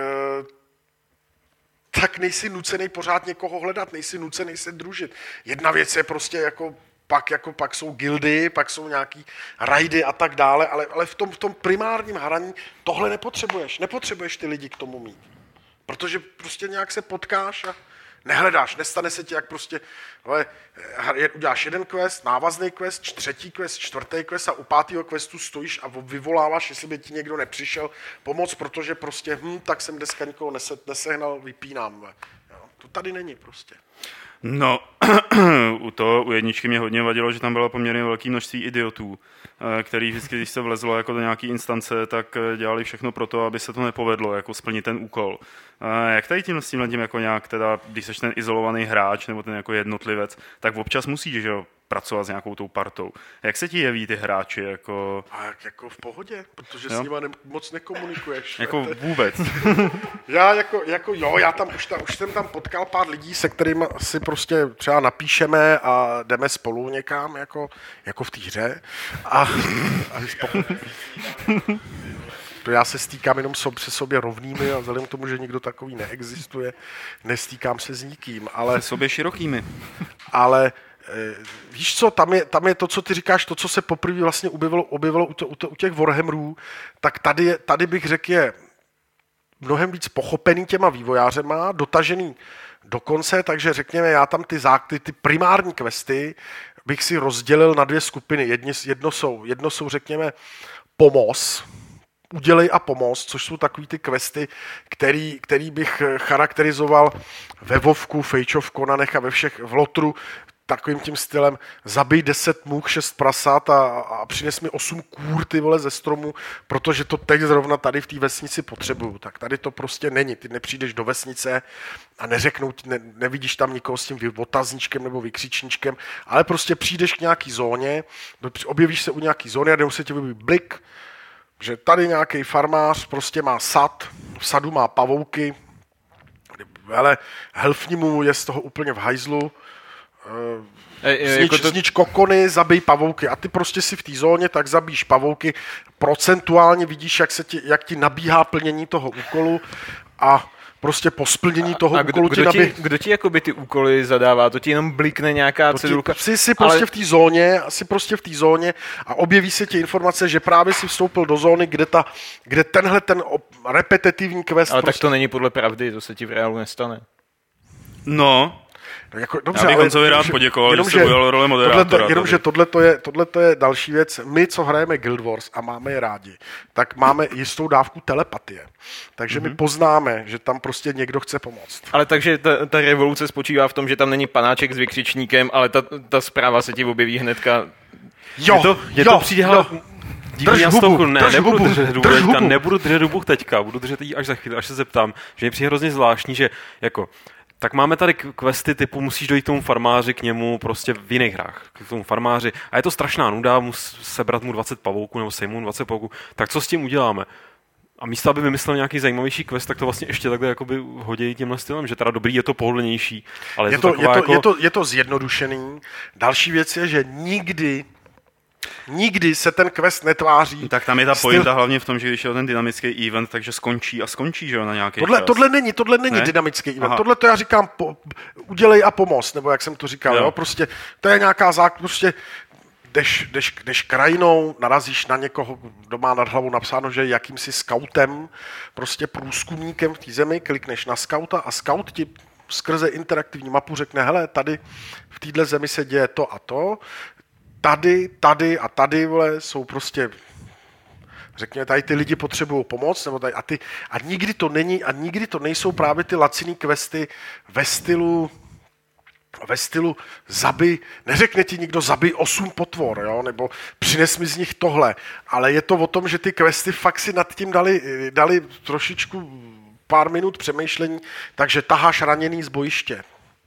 Speaker 1: nejsi nucený pořád někoho hledat, nejsi nucený se družit. Jedna věc je prostě pak jsou guildy, pak jsou nějaký rajdy a tak dále, ale v tom primárním hraní tohle nepotřebuješ ty lidi k tomu mít. Protože prostě nějak se potkáš a nehledáš, nestane se ti jak prostě, uděláš jeden quest, návazný quest, třetí quest, čtvrtý quest a u pátého questu stojíš a vyvoláváš, jestli by ti někdo nepřišel pomoct, protože prostě, tak jsem dneska nikoho nesehnal, vypínám. Jo, to tady není prostě.
Speaker 2: No, u jedničky mě hodně vadilo, že tam bylo poměrně velké množství idiotů, který vždycky, když se vlezlo jako do nějaký instance, tak dělali všechno pro to, aby se to nepovedlo, jako splnit ten úkol. Jak tady s tímhletím jako nějak, teda, když jsi ten izolovaný hráč nebo ten jako jednotlivec, tak občas musíš, že jo, pracovat s nějakou tou partou. Jak se ti jeví ty hráči? Jako...
Speaker 1: A jako v pohodě, protože s nima moc nekomunikuješ.
Speaker 2: Jako vůbec.
Speaker 1: Já tam už jsem tam potkal pár lidí, se kterými si prostě třeba napíšeme a jdeme spolu někam, jako v té hře. To já se stýkám jenom se sobě rovnými a vzhledem k tomu, že nikdo takový neexistuje, nestýkám se s nikým. Ale
Speaker 2: sobě širokými.
Speaker 1: Ale víš co, tam je to, co ty říkáš, to, co se poprvé vlastně objevilo u těch Warhammerů, tak tady bych řekl, je mnohem víc pochopený těma vývojářema, dotažený do konce, takže řekněme, já tam ty primární questy bych si rozdělil na dvě skupiny. Jedno jsou řekněme, pomoz, udělej a pomoz, což jsou takový ty questy, který bych charakterizoval ve Vovku, Age of Conanech a v Lotru, takovým tím stylem zabij 10 much, 6 prasat a přines mi 8 kůr, ty vole, ze stromu, protože to teď zrovna tady v té vesnici potřebuju. Tak tady to prostě není. Ty nepřijdeš do vesnice a nevidíš tam nikoho s tím otazníčkem nebo vykřičníčkem, ale prostě přijdeš k nějaký zóně, objevíš se u nějaký zóny a nebo se ti vybaví blik, že tady nějaký farmář prostě má sad, v sadu má pavouky, ale helfni mu je z toho úplně v hajzlu, znič kokony, zabij pavouky a ty prostě si v té zóně tak zabíš pavouky, procentuálně vidíš, jak ti nabíhá plnění toho úkolu a prostě po splnění toho úkolu
Speaker 5: kdo ti jakoby ty úkoly zadává? To ti jenom blikne nějaká cedulka?
Speaker 1: Jsi prostě v té zóně a objeví se ti informace, že právě si vstoupil do zóny, kde tenhle ten repetitivní quest...
Speaker 5: Ale tak to není podle pravdy, to se ti v reálu nestane.
Speaker 2: No,
Speaker 1: dobře,
Speaker 2: já bych Honzovi rád poděkoval, že se ujal roli moderátora.
Speaker 1: Jenomže tohle je další věc. My, co hrajeme Guild Wars a máme je rádi, tak máme jistou dávku telepatie. Takže my poznáme, že tam prostě někdo chce pomoct.
Speaker 5: Ale takže ta revoluce spočívá v tom, že tam není panáček s vykřičníkem, ale ta zpráva se ti objeví hnedka.
Speaker 3: To přijde divný na stolku. Nebudu držet hubu teďka, budu držet jí až za chvíli, až se zeptám, že mi přijde hrozně zvláštní, že jako tak máme tady questy typu musíš dojít k tomu farmáři k němu prostě v jiných hrách, k tomu farmáři a je to strašná nuda, sebrat mu 20 pavouků nebo sejmu 20 pavouků, tak co s tím uděláme? A místo, aby vymyslel nějaký zajímavější quest, tak to vlastně ještě takhle jakoby hodí tímhle stylem, že teda dobrý, je to pohodlnější, ale
Speaker 1: je to zjednodušený. Další věc je, že nikdy Nikdy se ten quest netváří.
Speaker 2: Tak tam je ta pointa hlavně v tom, že když je ten dynamický event, takže skončí, že jo, na nějaký čas.
Speaker 1: Tohle není dynamický event. Tohle to já říkám, udělej a pomoz, nebo jak jsem to říkal, jo. Prostě to je nějaká prostě jdeš krajinou, narazíš na někoho, kdo má nad hlavou napsáno, že je jakýmsi skautem, prostě průzkumníkem v té zemi, klikneš na skauta a skaut ti skrze interaktivní mapu řekne, hele, tady v téhle zemi se děje to a to, tady a tady, vole, jsou prostě, řekněme, tady ty lidi potřebují pomoc, nebo tady, a nikdy to není, a nikdy to nejsou právě ty laciný questy ve stylu neřekne ti nikdo zabij 8 potvor, jo? Nebo přines mi z nich tohle, ale je to o tom, že ty questy fakt si nad tím dali trošičku pár minut přemýšlení, takže taháš raněný z bojiště.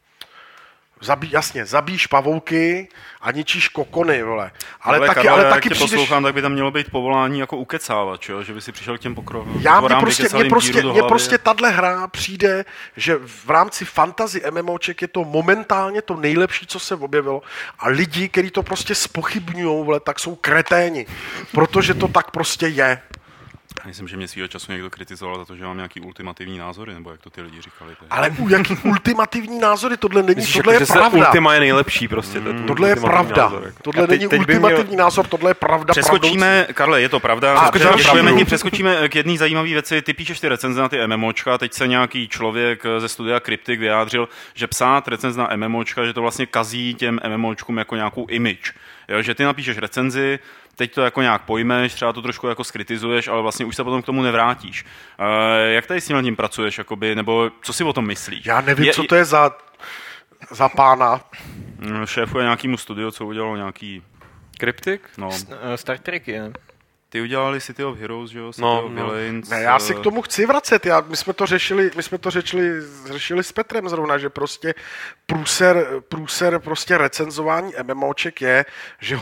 Speaker 1: Zabíš pavouky a ničíš kokony, vole. Ale taky
Speaker 2: přijdeš... poslouchám, tak by tam mělo být povolání jako ukecávač, jo? Že by si přišel k těm pokrovám.
Speaker 1: Mně prostě tahle hra přijde, že v rámci fantasy MMOček je to momentálně to nejlepší, co se objevilo. A lidi, kteří to prostě zpochybňujou, vole, tak jsou kreténi. Protože to tak prostě je.
Speaker 2: Myslím, že mě svýho času někdo kritizoval za to, že mám nějaký ultimativní názory, nebo jak to ty lidi říkali.
Speaker 1: Ale jaký ultimativní názory? Tohle není, tohle je pravda.
Speaker 3: Ultima je nejlepší prostě.
Speaker 1: Tohle je pravda. Tohle není ultimativní názor, tohle je pravda.
Speaker 2: Přeskočíme, Karle, je to pravda. Přeskočíme k jedné zajímavé věci. Ty píšeš ty recenze na ty MMOčka, teď se nějaký člověk ze studia Cryptic vyjádřil, že psát recenze na MMOčka, že to vlastně kazí těm MMOčkům jako nějakou image. Jo, že ty napíšeš recenzi, teď to jako nějak pojmeš, třeba to trošku jako skritizuješ, ale vlastně už se potom k tomu nevrátíš. Jak tady s tím pracuješ, jakoby, nebo co si o tom myslíš?
Speaker 1: Já nevím, co to je za pána.
Speaker 2: Šéfuje nějakému studiu, co udělalo nějaký...
Speaker 3: Cryptic?
Speaker 2: No.
Speaker 5: Star Treky, ne?
Speaker 2: Ty udělali City of Heroes, že jo? City of Villains.
Speaker 1: Ne, já si k tomu chci vracet. My jsme to řešili s Petrem zrovna, že prostě průser prostě recenzování MMOček je, že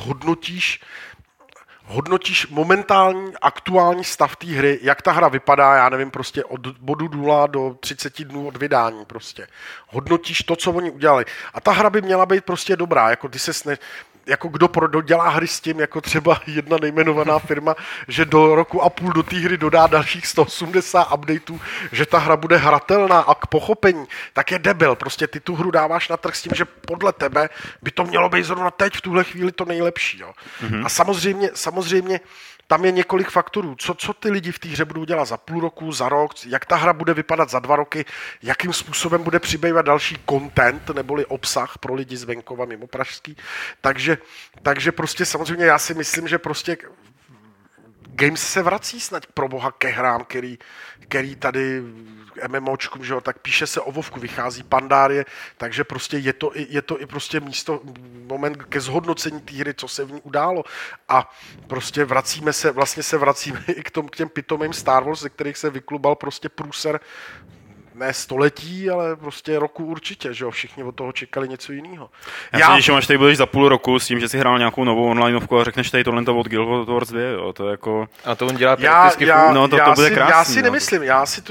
Speaker 1: hodnotíš momentální, aktuální stav té hry, jak ta hra vypadá, já nevím, prostě od bodu 0 do 30 dnů od vydání prostě. Hodnotíš to, co oni udělali. A ta hra by měla být prostě dobrá, jako ty se jako kdo dělá hry s tím, jako třeba jedna nejmenovaná firma, že do roku a půl do té hry dodá dalších 180 updateů, že ta hra bude hratelná a k pochopení, tak je debil. Prostě ty tu hru dáváš na trh s tím, že podle tebe by to mělo být zrovna teď v tuhle chvíli to nejlepší. Jo. Mm-hmm. A samozřejmě tam je několik faktorů. Co ty lidi v té hře budou dělat za půl roku, za rok, jak ta hra bude vypadat za 2 roky, jakým způsobem bude přibývat další content, neboli obsah pro lidi z venkova mimo pražský. Takže prostě samozřejmě já si myslím, že prostě Games se vrací snad pro boha ke hrám, který tady MMOčkům, že jo, tak píše se o Vovku, vychází Pandarie, takže prostě je to i prostě moment ke zhodnocení té hry, co se v ní událo. A prostě vracíme se i k těm pitomým Star Wars, ze kterých se vyklubal prostě průser ne století, ale prostě roku určitě, že jo, všichni od toho čekali něco jiného.
Speaker 2: Já si, že máš tady budeš za půl roku s tím, že si hrál nějakou novou onlineovku a řekneš tady tohle od Guild Wars 2, jo, to je jako...
Speaker 5: A to on dělá prakticky
Speaker 2: to bude krásný.
Speaker 1: Já si nemyslím,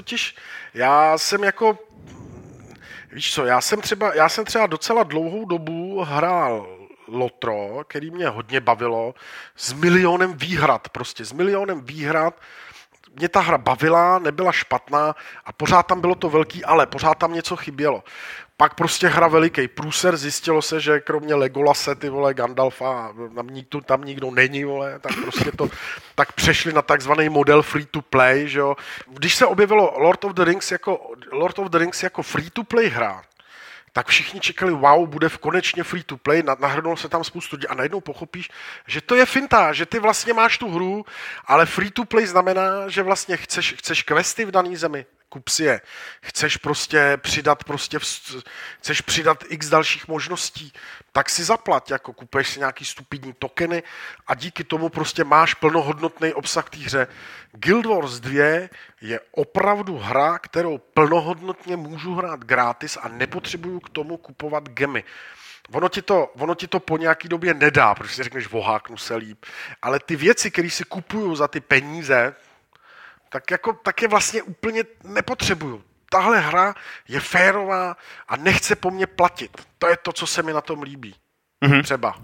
Speaker 1: já jsem jako, víš co, já jsem třeba docela dlouhou dobu hrál Lotro, který mě hodně bavilo, s milionem výhrad, mě ta hra bavila, nebyla špatná a pořád tam bylo to velký, ale pořád tam něco chybělo. Pak prostě hra veliký průser, zjistilo se, že kromě Legolase, ty vole, Gandalfa, tam nikdo není, vole, tak přešli na takzvaný model free to play, že jo. Když se objevilo Lord of the Rings jako free to play hra, tak všichni čekali, wow, bude konečně free to play, nahrnulo se tam spoustu lidí a najednou pochopíš, že to je finta, že ty vlastně máš tu hru, ale free to play znamená, že vlastně chceš questy v dané zemi, kup si je. Chceš přidat x dalších možností, tak si zaplať, jako kupuješ si nějaký stupidní tokeny a díky tomu prostě máš plnohodnotný obsah v té hře. Guild Wars 2 je opravdu hra, kterou plnohodnotně můžu hrát gratis a nepotřebuju k tomu kupovat gemy. Ono ti to po nějaký době nedá, protože si řekneš, voháknu se líp. Ale ty věci, které si kupuju za ty peníze, tak je vlastně úplně nepotřebuju. Tahle hra je férová a nechce po mně platit. To je to, co se mi na tom líbí. Mm-hmm. Třeba.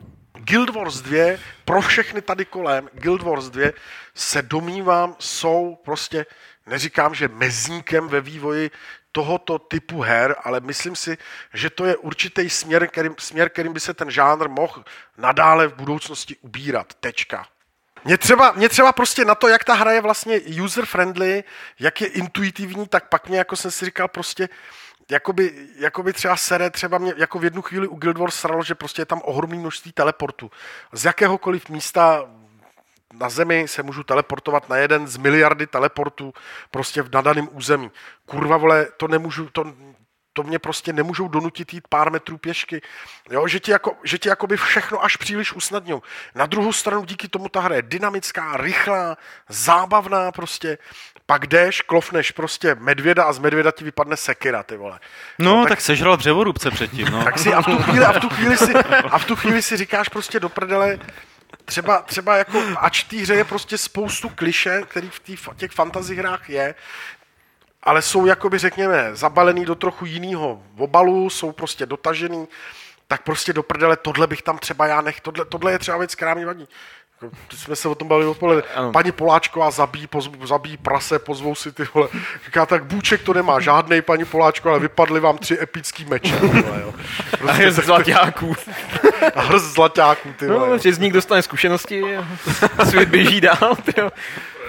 Speaker 1: Guild Wars 2, pro všechny tady kolem, Guild Wars 2 se domnívám, jsou prostě, neříkám, že mezníkem ve vývoji tohoto typu her, ale myslím si, že to je určitý směr, kterým by se ten žánr mohl nadále v budoucnosti ubírat. Tečka. Mě třeba prostě na to, jak ta hra je vlastně user-friendly, jak je intuitivní, tak pak mě, jako jsem si říkal, prostě jakoby třeba sere, třeba mě jako v jednu chvíli u Guild Wars sralo, že prostě je tam ohromné množství teleportů. Z jakéhokoliv místa na Zemi se můžu teleportovat na jeden z miliardy teleportů prostě na daném území. Kurva vole, to mě prostě nemůžou donutit jít pár metrů pěšky. Jo, že ti jakoby všechno až příliš usnadňují. Na druhou stranu díky tomu ta hra je dynamická, rychlá, zábavná prostě. Pak jdeš, klofneš prostě medvěda a z medvěda ti vypadne sekira, ty vole.
Speaker 2: No, tak sežral dřevorubce předtím, no.
Speaker 1: Tak si a v tu chvíli si říkáš prostě do prdele, třeba jako, ač v té hře je prostě spoustu kliše, který v těch fantasy hrách je, ale jsou jakoby, řekněme, zabalený do trochu jinýho obalu, jsou prostě dotažený, tak prostě do prdele, tohle bych tam třeba já tohle je třeba věc, která mi vadí. Teď jsme se o tom bavili odpoledne. Paní Poláčková zabíjí prase, pozvou si ty vole. Říká, tak bůček to nemá žádnej, paní Poláčko, ale vypadly vám 3 epický meče. Vole, jo.
Speaker 5: Prostě a hrst zlaťáků.
Speaker 1: A hrst zlaťáků, ty vole.
Speaker 5: No, řezník dostane zkušenosti a svět běží dál, ty jo.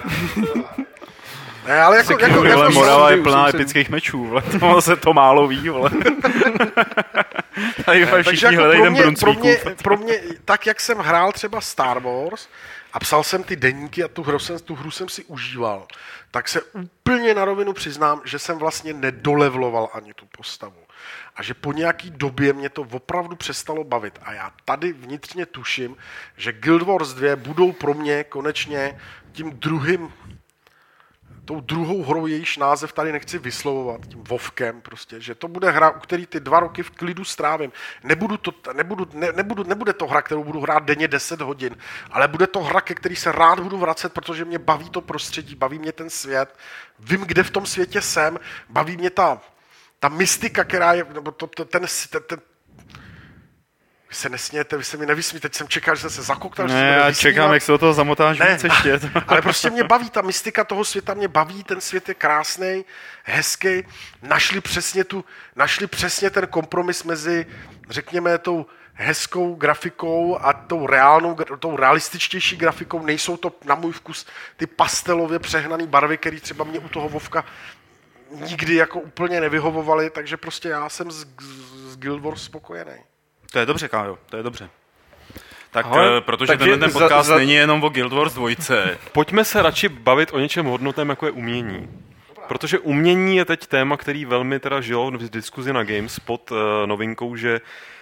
Speaker 1: Ne, ale jako
Speaker 2: Morava je plná epických mečů, vole. To se to málo ví, vole. Tady všichni
Speaker 1: jako
Speaker 2: hledají ten Brunsvíkův.
Speaker 1: Pro mě, tak jak jsem hrál třeba Star Wars a psal jsem ty deníky a tu hru jsem si užíval, tak se úplně na rovinu přiznám, že jsem vlastně nedolevloval ani tu postavu. A že po nějaký době mě to opravdu přestalo bavit. A já tady vnitřně tuším, že Guild Wars 2 budou pro mě konečně tou druhou hrou, jejíž název tady nechci vyslovovat, tím Vovkem prostě, že to bude hra, u který ty 2 roky v klidu strávím. Nebude to hra, kterou budu hrát denně 10 hodin, ale bude to hra, ke který se rád budu vracet, protože mě baví to prostředí, baví mě ten svět, vím, kde v tom světě jsem, baví mě ta mystika, která je, nebo vy se nesmějete, vy se mi nevysmíte, teď jsem čekal, že jsem se zakoktal.
Speaker 2: Ne, já čekám, jak se do toho zamotáš víc ještě.
Speaker 1: Ale prostě mě baví, ta mystika toho světa mě baví, ten svět je krásný, hezký. Našli přesně ten kompromis mezi, řekněme, tou hezkou grafikou a tou realističtější grafikou. Nejsou to na můj vkus ty pastelově přehnaný barvy, které třeba mě u toho Vovka nikdy jako úplně nevyhovovaly, takže prostě já jsem z Guild Wars spokojený.
Speaker 2: To je dobře, Kájo, to je dobře. Tak, protože ten podcast není jenom o Guild Wars 2.
Speaker 3: Pojďme se radši bavit o něčem hodnotném, jako je umění. Protože umění je teď téma, který velmi teda žil v diskuzi na Games pod novinkou, že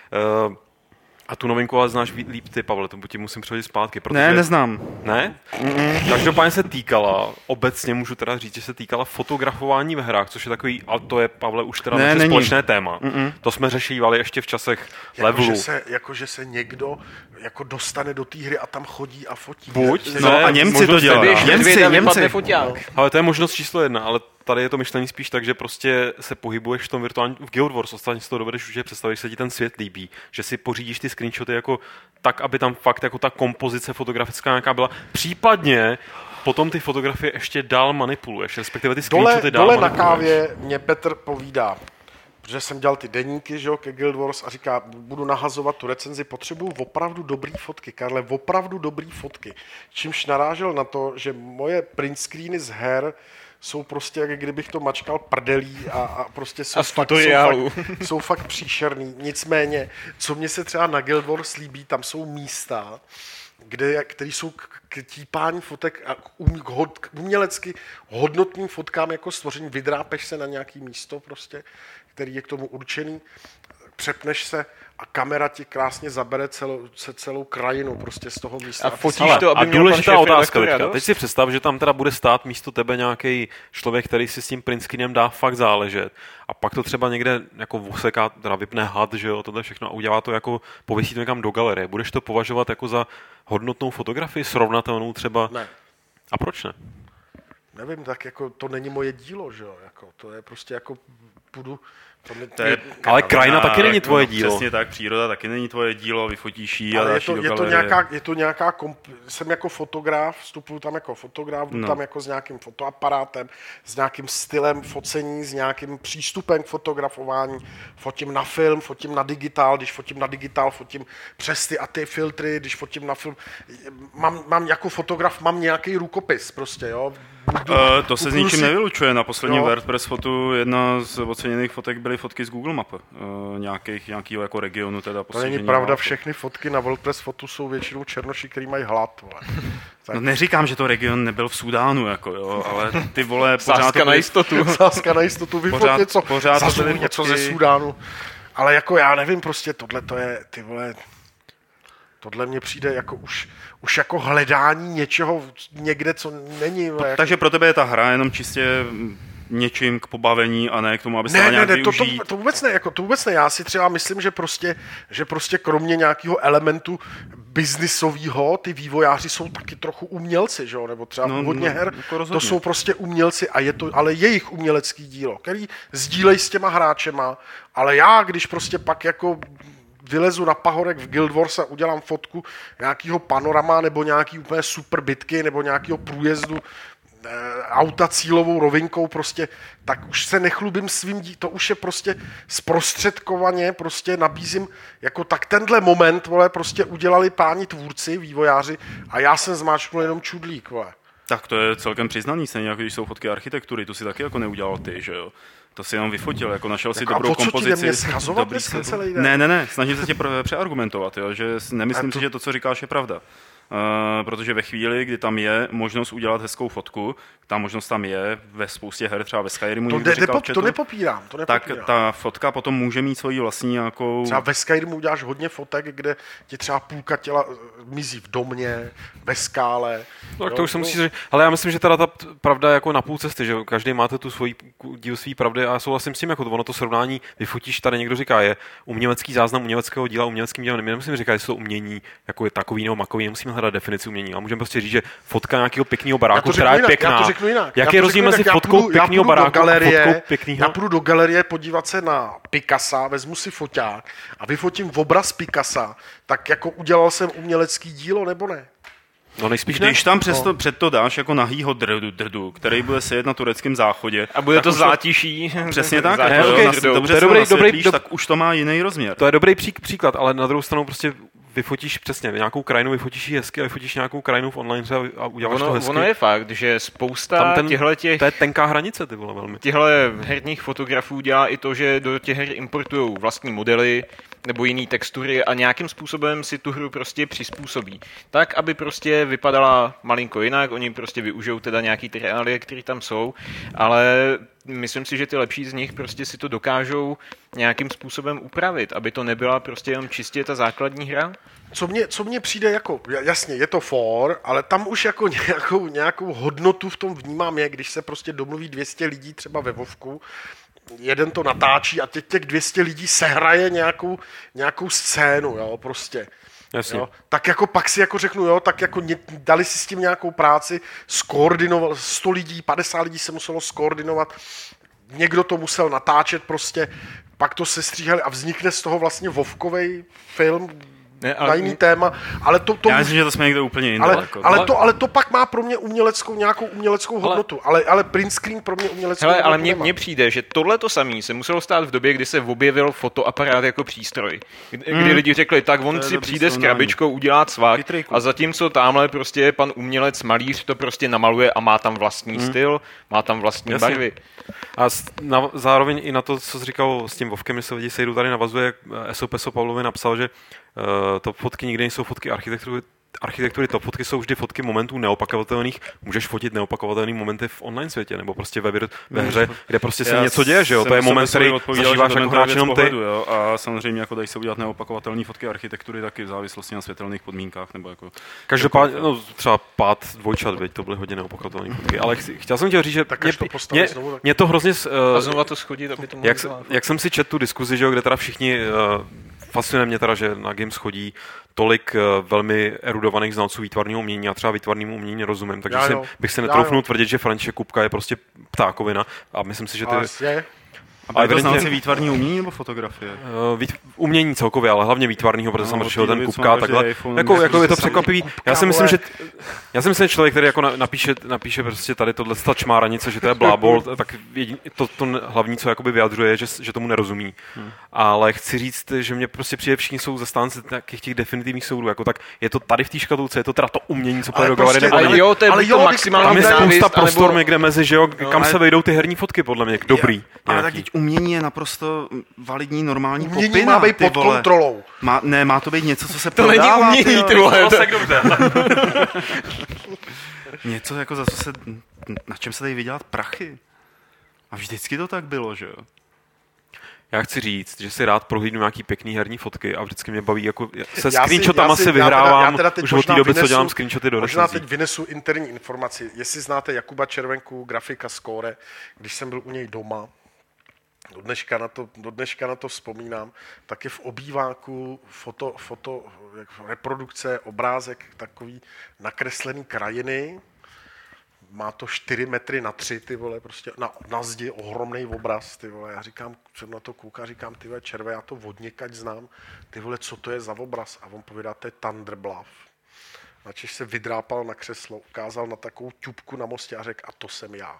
Speaker 3: a tu novinku ale znáš líp ty, Pavle, to ti musím přehodit zpátky. Protože...
Speaker 2: Ne, neznám.
Speaker 3: Ne? Každopádně se týkala, obecně můžu teda říct, že se týkala fotografování ve hrách, což je takový, a to je, Pavle, už teda naše společné téma. To jsme řešívali ještě v časech levelu.
Speaker 1: Jakože se někdo jako dostane do té hry a tam chodí a fotí.
Speaker 3: Buď,
Speaker 2: a Němci to dělají.
Speaker 5: Němci.
Speaker 3: Ale to je možnost číslo 1, ale tady je to myšlení spíš tak, že prostě se pohybuješ v tom virtuálním, v Guild Wars, ostatně si to dovedeš už představit, že se ti ten svět líbí, že si pořídíš ty screenshoty jako tak, aby tam fakt jako ta kompozice fotografická nějaká byla, případně potom ty fotografie ještě dál manipuluješ, respektive ty screenshoty dál
Speaker 1: dole
Speaker 3: manipuluješ.
Speaker 1: Na kávě mě Petr povídá, protože jsem dělal ty deníky, že jo, ke Guild Wars a říká, budu nahazovat tu recenzi, potřebuju opravdu dobrý fotky, Karle, opravdu dobrý fotky. Čímž narážel na to, že moje print screeny z her jsou prostě, jak kdybych to mačkal prdelí a prostě jsou fakt příšerný. Nicméně, co mně se třeba na Guild Wars líbí, tam jsou místa, které jsou k típání fotek a k umělecky hodnotným fotkám jako stvoření. Vydrápeš se na nějaký místo prostě, který je k tomu určený, přepneš se a kamera ti krásně zabere celou krajinu prostě z toho místa.
Speaker 5: A fotíš to, aby
Speaker 3: a
Speaker 5: měl
Speaker 3: důležitá otázka teďka.
Speaker 5: Teď
Speaker 3: Teď si představ, že tam teda bude stát místo tebe nějaký člověk, který si s tím print screenem dá fakt záležet. A pak to třeba někde jako voseká, teda vypne had, že jo, tohle všechno a udělá to jako, pověsí to někam do galerie. Budeš to považovat jako za hodnotnou fotografii, srovnatelnou třeba?
Speaker 1: Ne.
Speaker 3: A proč ne?
Speaker 1: Nevím, tak jako to není moje dílo, že jo, jako to je prostě jako půjdu.
Speaker 3: Ale krajina taky není tvoje dílo.
Speaker 2: Přesně tak, příroda taky není tvoje dílo, vyfotíš ji a
Speaker 1: ale
Speaker 2: dáš ji do galerie.
Speaker 1: je to nějaká jsem jako fotograf, vstupuju tam jako fotograf, jdu tam jako s nějakým fotoaparátem, s nějakým stylem focení, s nějakým přístupem k fotografování. Fotím na film, fotím na digitál, když fotím na digitál, fotím přes ty a ty filtry, když fotím na film. Mám jako fotograf, mám nějaký rukopis prostě, jo.
Speaker 2: To se s ničím nevylučuje. Na posledním WordPress fotu jedna z oceněných fotek byly fotky z Google Map. Nějakého jako regionu teda.
Speaker 1: To není pravda, všechny fotky na WordPress fotu jsou většinou černoši, který mají hlad.
Speaker 2: No neříkám, že to region nebyl v Súdánu, jako jo, ale ty vole pořád...
Speaker 1: Sázka na jistotu, vyfot něco, zazvu něco ze Súdánu. Ale jako já nevím, prostě tohle to je, ty vole... Tohle mně přijde jako už jako hledání něčeho někde, co není.
Speaker 2: Takže pro tebe je ta hra jenom čistě něčím k pobavení a ne k tomu, aby se nějak využít.
Speaker 1: To vůbec ne. Já si třeba myslím, že prostě kromě nějakého elementu biznisového, ty vývojáři jsou taky trochu umělci, že jo? Nebo třeba hodně her, to jsou prostě umělci a je to ale jejich umělecký dílo, který sdílejí s těma hráčema, ale já, když prostě pak jako vylezu na pahorek v Guild Wars a udělám fotku nějakého panorama nebo nějaký úplně super bitky nebo nějakého průjezdu auta cílovou rovinkou prostě, tak už se nechlubím svým to už je prostě zprostředkovaně, prostě nabízím, jako tak tenhle moment, vole, prostě udělali páni tvůrci, vývojáři a já jsem zmáčknul jenom čudlík, vole.
Speaker 2: Tak to je celkem přiznaný, stejně jako když jsou fotky architektury, to si taky jako neudělal ty, že jo? To si jenom vyfotil, jako našel si dobrou kompozici. Ne, snažím se tě přeargumentovat, jo, že nemyslím si, že to, co říkáš, je pravda. Protože ve chvíli, kdy tam je možnost udělat hezkou fotku, ta možnost tam je ve spoustě her, třeba ve Skyrimu.
Speaker 1: To nepopírám.
Speaker 2: Tak ta fotka potom může mít svoji vlastní nějakou...
Speaker 1: Třeba ve Skyrimu uděláš hodně fotek, kde ti třeba půlka těla mizí v domě, ve skále.
Speaker 3: Tak to už se musí říct. Ale já myslím, že teda ta pravda je jako na půl cesty, že každý máte tu svoji díl své pravdy a souhlasím s tím, jako ono to srovnání vyfotíš, tady někdo říká, je umělecký záznam uměleckého díla uměleckým dílem. My nemusíme říkat, že to umění jako je takový nebo makový, nemusíme hledat definici umění. A můžeme prostě říct, že fotka nějakého pěkného baráku, která je pěkná. Jaký je rozdíl mezi fotkou pěkného baráku a fotkou pěkného?
Speaker 1: Já půjdu do galerie podívat se na Picassa, vezmu si foťák a vyfotím obraz Picassa, tak jako udělal jsem umělecký dílo, nebo ne?
Speaker 3: No nejspíš ne.
Speaker 2: Když tam před to dáš jako nahýho drdu, který bude sejet na tureckém záchodě.
Speaker 5: A bude to zátiší.
Speaker 2: Přesně tak.
Speaker 3: Dobře,
Speaker 2: tak už to má jiný rozměr.
Speaker 3: To je dobrý příklad, ale na druhou stranu prostě vyfotíš přesně nějakou krajinu, vyfotíš ji hezky a vyfotíš nějakou krajinu v online a uděláš to hezky.
Speaker 5: Ono je fakt, že spousta těch...
Speaker 3: To je tenká hranice, ty vole, velmi.
Speaker 5: Těchhle herních fotografů dělá i to, že do těch her importujou vlastní modely nebo jiný textury a nějakým způsobem si tu hru prostě přizpůsobí. Tak, aby prostě vypadala malinko jinak, oni prostě využijou teda nějaký ty reálie, které tam jsou, ale myslím si, že ty lepší z nich prostě si to dokážou nějakým způsobem upravit, aby to nebyla prostě jenom čistě ta základní hra.
Speaker 1: Co mně přijde jako, jasně, je to ale tam už jako nějakou hodnotu v tom vnímám je, když se prostě domluví 200 lidí třeba ve Vovku, jeden to natáčí a teď těch 200 lidí sehraje nějakou scénu, jo, prostě.
Speaker 3: Jasně.
Speaker 1: Jo, tak jako pak si jako řeknu, jo, tak jako dali si s tím nějakou práci, skoordinoval 100 lidí, 50 lidí se muselo skoordinovat, někdo to musel natáčet prostě, pak to sestříhali a vznikne z toho vlastně vovkovej film, na jiný téma, ale to
Speaker 2: já myslím, že to jsme někde úplně jinde.
Speaker 1: Ale to pak má pro mě nějakou uměleckou hodnotu, ale print screen pro mě uměleckou hodnotu
Speaker 5: ale mně přijde, že tohle to samé se muselo stát v době, kdy se objevil fotoaparát jako přístroj. Kdy lidi řekli, tak on si přijde s krabičkou udělat svak a zatímco tamhle prostě pan umělec malíř to prostě namaluje a má tam vlastní styl, má tam vlastní barvy.
Speaker 3: A zároveň i na to, co jsi říkal s tím Vovkem, že se lidi sejdou, tady navazuje, SOPSO Pavlovi napsal, že top fotky nikdy nejsou fotky architektury, top fotky jsou vždy fotky momentů neopakovatelných. Můžeš fotit neopakovatelné momenty v online světě, nebo prostě ve hře, kde prostě se něco děje, že jo? To je moment, který zažíváš jako hráč jenom ty.
Speaker 2: Jo? A samozřejmě jako dají se udělat neopakovatelné fotky architektury taky v závislosti na světelných podmínkách, nebo jako...
Speaker 3: Každopádně, no třeba pád dvojčat, veď, to byly hodně neopakovatelné fotky, ale chtěl jsem tě říct, že mě to hrozně...
Speaker 5: A znova to schodit, aby to
Speaker 3: jak jsem si četl tu diskuzi, že jo, kde teda všichni... Fascinuje mě teda, že na Games chodí tolik velmi erudovaných znalců výtvarného umění a třeba výtvarnému umění nerozumím, takže bych se netroufnul tvrdit, že František Kupka je prostě ptákovina a myslím si, že ty...
Speaker 2: A je to znalci výtvarný umění nebo fotografie?
Speaker 3: Umění celkově, ale hlavně výtvarného, protože jsem řešil ten Kupka a takhle. Jako je to překvapivý. Já si myslím, že člověk, který jako napíše prostě tady tohle čmáranice, že to je blábol, tak to hlavní, co jakoby vyjadřuje, že tomu nerozumí. Ale chci říct, že mě prostě přijde všichni jsou zastánci těch definitivních soudů. Jako tak je to tady v té škatulce, je to teda to umění, co půjde do galerie.
Speaker 5: Ale jo, to je to maximální.
Speaker 3: Tam je spousta prostor někde mezi, že jo, kam se vejdou ty herní fotky, podle mě, dobrý.
Speaker 2: Ale tak teď umění je naprosto validní, normální
Speaker 1: umění
Speaker 2: popina.
Speaker 1: Má být pod kontrolou.
Speaker 2: Má to být něco, co se
Speaker 5: to
Speaker 2: prodává.
Speaker 5: To není umění, ty vole.
Speaker 2: Něco, jako na čem se dají vydělat prachy. A vždycky to tak bylo, že jo?
Speaker 3: Já chci říct, že si rád prohlídnu nějaký pěkný herní fotky a vždycky mě baví, jako se screenshotama si vyhrávám už od té doby, co dělám screenshoty do
Speaker 1: Možná teď vynesu interní informaci. Jestli znáte Jakuba Červenku, grafika Score, když jsem byl u něj doma, do dneška na to vzpomínám, tak je v obýváku foto reprodukce, obrázek takový nakreslený krajiny, má to 4 metry na 3, ty vole, prostě na zdi ohromnej obraz, ty vole. Já říkám, jsem na to koukal, říkám, ty vole, Červe, já to vodněkať znám, ty vole, co to je za obraz? A on povídá, to je Thunderbluff. Načež se vydrápal na křeslo, ukázal na takovou ťupku na mostě a řekl, a to jsem já.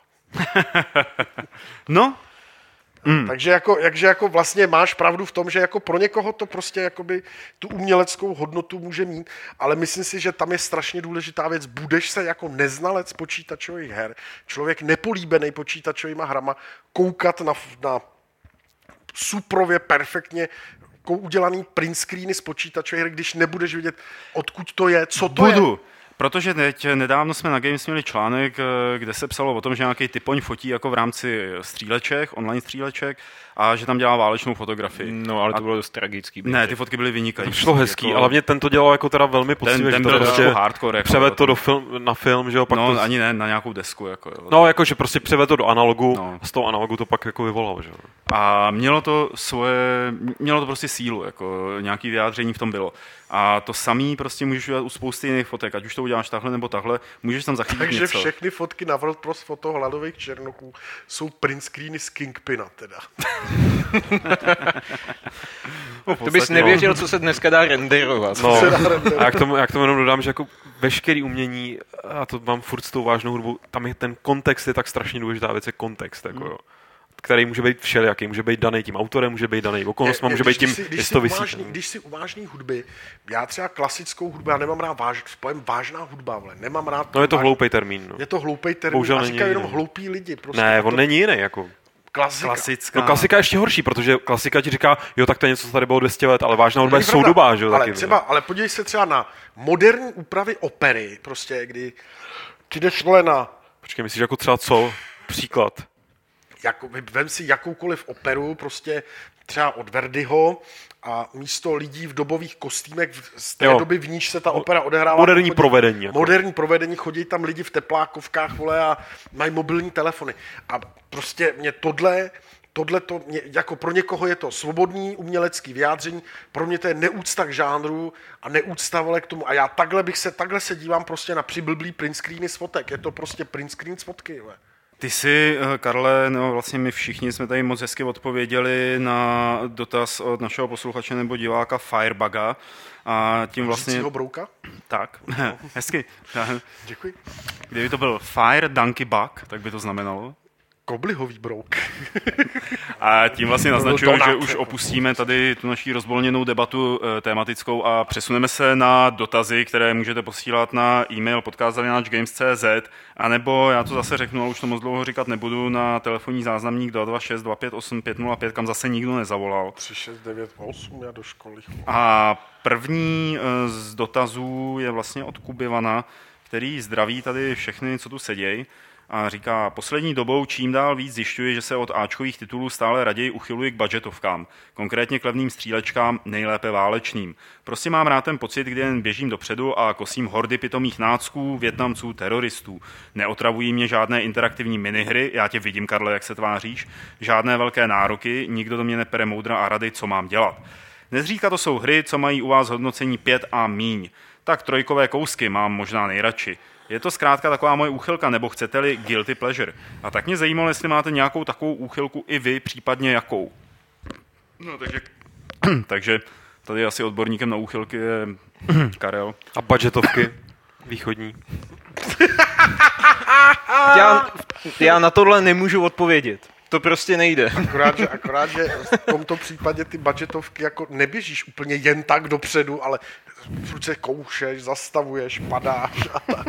Speaker 2: No,
Speaker 1: Takže jako vlastně máš pravdu v tom, že jako pro někoho to prostě jakoby tu uměleckou hodnotu může mít, ale myslím si, že tam je strašně důležitá věc. Budeš se jako neznalec počítačových her, člověk nepolíbený počítačovýma hrama, koukat na suprově perfektně udělaný print screeny z počítačových her, když nebudeš vidět, odkud to je, co to je.
Speaker 2: Protože teď nedávno jsme na Games měli článek, kde se psalo o tom, že nějaký typoň fotí jako v rámci stříleček, online stříleček a že tam dělá válečnou fotografii.
Speaker 5: No, ale to bylo dost tragický.
Speaker 2: Ne, ty fotky byly vynikající.
Speaker 3: To šlo hezký, jako, a hlavně ten to dělal jako teda velmi poctivě,
Speaker 2: ten
Speaker 3: že to
Speaker 2: byl
Speaker 3: prostě
Speaker 2: jako hardcore. Jako,
Speaker 3: převed to na film, že jo? Pak
Speaker 2: no, ani ne, na nějakou desku. Jako, jo.
Speaker 3: No, jakože prostě převed to do analogu a z toho analogu to pak jako vyvolalo, že jo?
Speaker 2: A mělo to prostě sílu, jako nějaký vyjádření v tom bylo. A to samý prostě můžeš udělat u spousty jiných fotek, ať už to uděláš takhle nebo takhle, můžeš tam zachytit
Speaker 1: takže
Speaker 2: něco.
Speaker 1: Takže všechny fotky na World Pros Photo hladových černoků jsou print screeny z Kingpina teda.
Speaker 5: To bys nevěřil, co se dneska dá renderovat.
Speaker 3: No. A já k tomu jenom dodám, že jako veškerý umění, a to mám furt s tou vážnou hudbou, tam je ten kontext, je tak strašně důležitá věc, je kontext, jako jo. Který může být všelijaký, může být daný tím autorem, může být daný okolnostma, může být tím, jestli to vysí.
Speaker 1: Když si u vážné hudby, já třeba klasickou hudbu, já nemám rád pojem vážná hudba, vole, nemám rád.
Speaker 3: No je to hloupej termín. No.
Speaker 1: Je to hloupej termín. Bohužel a říkají jenom hloupí lidi. Prostě.
Speaker 3: Ne, on není jiný, jako.
Speaker 1: Klasická.
Speaker 3: No, klasika je ještě horší, protože klasika ti říká, jo, tak to je něco, co tady bylo 200 let, ale vážná hudba je soudobá, že jo, taky.
Speaker 1: Ale podívej se třeba na moderní úpravy opery, prostě, kdy ty jdeš, vole, na...
Speaker 3: Počkej, myslíš jako třeba co? Příklad.
Speaker 1: Vem si jakoukoliv operu, prostě třeba od Verdiho a místo lidí v dobových kostýmech z té doby, v níž se ta opera odehrává.
Speaker 3: Moderní provedení. Jako.
Speaker 1: Moderní provedení, chodí tam lidi v teplákovkách, vole, a mají mobilní telefony. A prostě mě tohle jako pro někoho je to svobodný umělecký vyjádření, pro mě to je neúcta k žánru a neúcta, vole, k tomu. A já takhle se dívám prostě na přiblblý print screeny z fotek. Je to prostě print screen z fotky, vole.
Speaker 2: Ty jsi, Karle, no vlastně my všichni jsme tady moc hezky odpověděli na dotaz od našeho posluchače nebo diváka Firebuga. A tím vlastně...
Speaker 1: Řícího brouka?
Speaker 2: Tak, hezky.
Speaker 1: Děkuji.
Speaker 2: Kdyby to byl Fire Donkey Bug, tak by to znamenalo?
Speaker 1: Koblihový brouk.
Speaker 2: A tím vlastně naznačuju, že už opustíme tady tu naší rozvolněnou debatu tématickou a přesuneme se na dotazy, které můžete posílat na e-mail podcast@games.cz, anebo já to zase řeknu, ale už to moc dlouho říkat nebudu, na telefonní záznamník 226 258 505, kam zase nikdo nezavolal.
Speaker 1: 3698, já do školy.
Speaker 2: A první z dotazů je vlastně od Kubivana, který zdraví tady všechny, co tu sedějí. A říká, poslední dobou čím dál víc zjišťuji, že se od áčkových titulů stále raději uchyluji k budgetovkám, konkrétně k levným střílečkám, nejlépe válečným. Prostě mám rád ten pocit, kdy jen běžím dopředu a kosím hordy pitomých nácků, Vietnamců, teroristů. Neotravují mě žádné interaktivní minihry, já tě vidím, Karle, jak se tváříš, žádné velké nároky, nikdo do mě nepere moudra a rady, co mám dělat. Nezříká to jsou hry, co mají u vás hodnocení 5 a míň. Tak trojkové kousky mám možná nejradši. Je to zkrátka taková moje úchylka, nebo chcete-li guilty pleasure. A tak mě zajímalo, jestli máte nějakou takovou úchylku i vy, případně jakou. No, takže tady asi odborníkem na úchylky je Karel.
Speaker 3: A budgetovky východní.
Speaker 5: Já na tohle nemůžu odpovědět. To prostě nejde.
Speaker 1: Akorát, že v tomto případě ty budgetovky jako neběžíš úplně jen tak dopředu, ale furt se koušeš, zastavuješ, padáš a tak.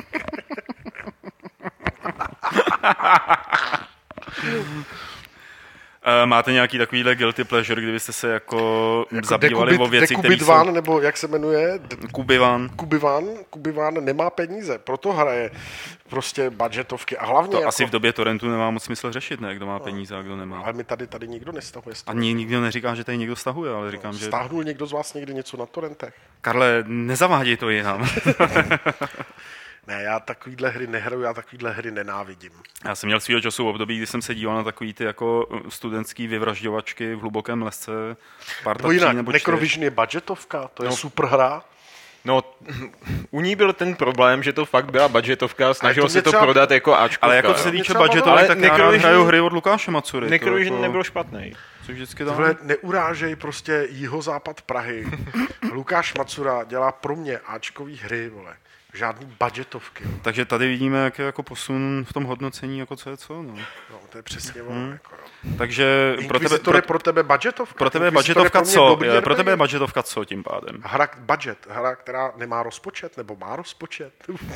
Speaker 2: Máte nějaký takovýhle guilty pleasure, kdybyste se jako zabývali o věci, které jsou...
Speaker 1: Dekubitvan, nebo jak se jmenuje?
Speaker 2: Kubivan.
Speaker 1: Nemá peníze, proto hraje prostě budgetovky a hlavně
Speaker 2: To
Speaker 1: jako...
Speaker 2: asi v době torrentu nemá moc smysl řešit, ne? Kdo má peníze a kdo nemá.
Speaker 1: Ale mi tady nikdo nestahuje.
Speaker 2: Ani nikdo neříká, že tady někdo stahuje, ale říkám, že...
Speaker 1: Stáhnul někdo z vás někdy něco na torrentech?
Speaker 2: Karle, nezaváděj to jinam.
Speaker 1: Ne, já takovýhle hry nehraju, já takovýhle hry nenávidím.
Speaker 2: Já jsem měl svýho času v období, kdy jsem se díval na takový ty jako studentský vyvražďovačky v hlubokém lesce.
Speaker 1: Nebo jinak, Necrovision je budgetovka, to je super hra.
Speaker 5: No, u ní byl ten problém, že to fakt byla budgetovka, snažilo se to prodat jako Ačkovka.
Speaker 2: Ale jako co se týče budgetovek, tak já hraju hry od Lukáše Matsury.
Speaker 5: Necrovision jako... nebyl špatný.
Speaker 2: Co vždycky dám?
Speaker 1: Tohle neurážej prostě jihozápad Prahy. Lukáš Matsura dělá pro mě Ačkový hry, vole. Žádný budgetovky.
Speaker 2: Takže tady vidíme, jak je jako posun v tom hodnocení, jako co je co. No
Speaker 1: to je přesně ono. Jako,
Speaker 2: takže
Speaker 1: pro tebe budgetovka?
Speaker 2: Pro tebe budgetovka co? Pro tebe je budgetovka co tím pádem?
Speaker 1: Hra, která nemá rozpočet, nebo má rozpočet?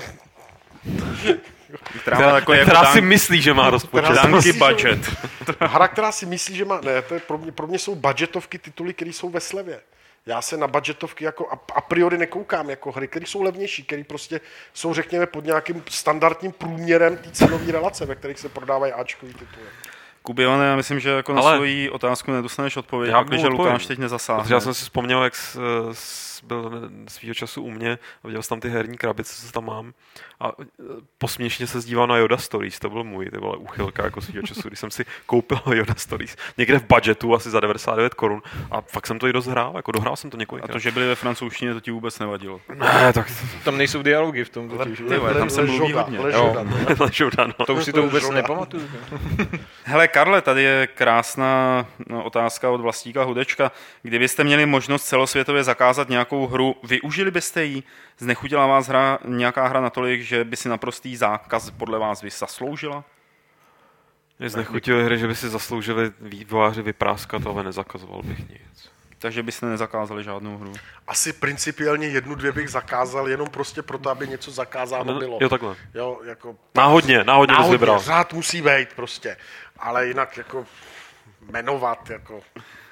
Speaker 3: která si myslí, že má rozpočet.
Speaker 2: Danky budget.
Speaker 1: Hra, která si myslí, že má... Ne, to je pro mě jsou budgetovky tituly, které jsou ve slevě. Já se na budgetovky jako a priori nekoukám jako hry, které jsou levnější, které prostě jsou, řekněme, pod nějakým standardním průměrem té cenové relace, ve kterých se prodávají Ačkový tituly.
Speaker 2: Kubivane, já myslím, že jako na svoji otázku nedostaneš odpověď, protože Lukáš teď nezasáhne.
Speaker 3: Protože já jsem si vzpomněl, jak byl svýho času u mě a viděl jsem tam ty herní krabice, co tam mám. A posměšně se zdíval na Yoda Stories, to byl můj, to byla úchylka jako svýho času, když jsem si koupil Yoda Stories. Někde v budgetu, asi za 99 korun a fakt jsem to i dost hrál, jako dohrál jsem to několikrát.
Speaker 2: A to, že byli ve francouzštině, to ti vůbec nevadilo.
Speaker 3: Ne, tak...
Speaker 5: Tam nejsou dialogy v tom totiž.
Speaker 2: Tam se mluví hodně.
Speaker 5: To už si to vůbec nepamatuju.
Speaker 2: Hele, Karle, tady je krásná otázka od Vlastíka Hudečka. Kdybyste měli možnost celosvětově zakázat nějakou hru, využili byste ji? Znechutila vás nějaká hra natolik, že by si naprostý zákaz podle vás zasloužila?
Speaker 3: Mě znechutily hry, že by si zasloužili vývojáři vypráskat, ale nezakazoval bych nic.
Speaker 2: Takže byste nezakázali žádnou hru?
Speaker 1: Asi principiálně 1-2 bych zakázal, jenom prostě proto, aby něco zakázáno bylo.
Speaker 3: Jo, takhle.
Speaker 1: Jo, jako...
Speaker 3: Náhodně bys vybral.
Speaker 1: Řád musí být prostě. Ale jinak jako jmenovat jako...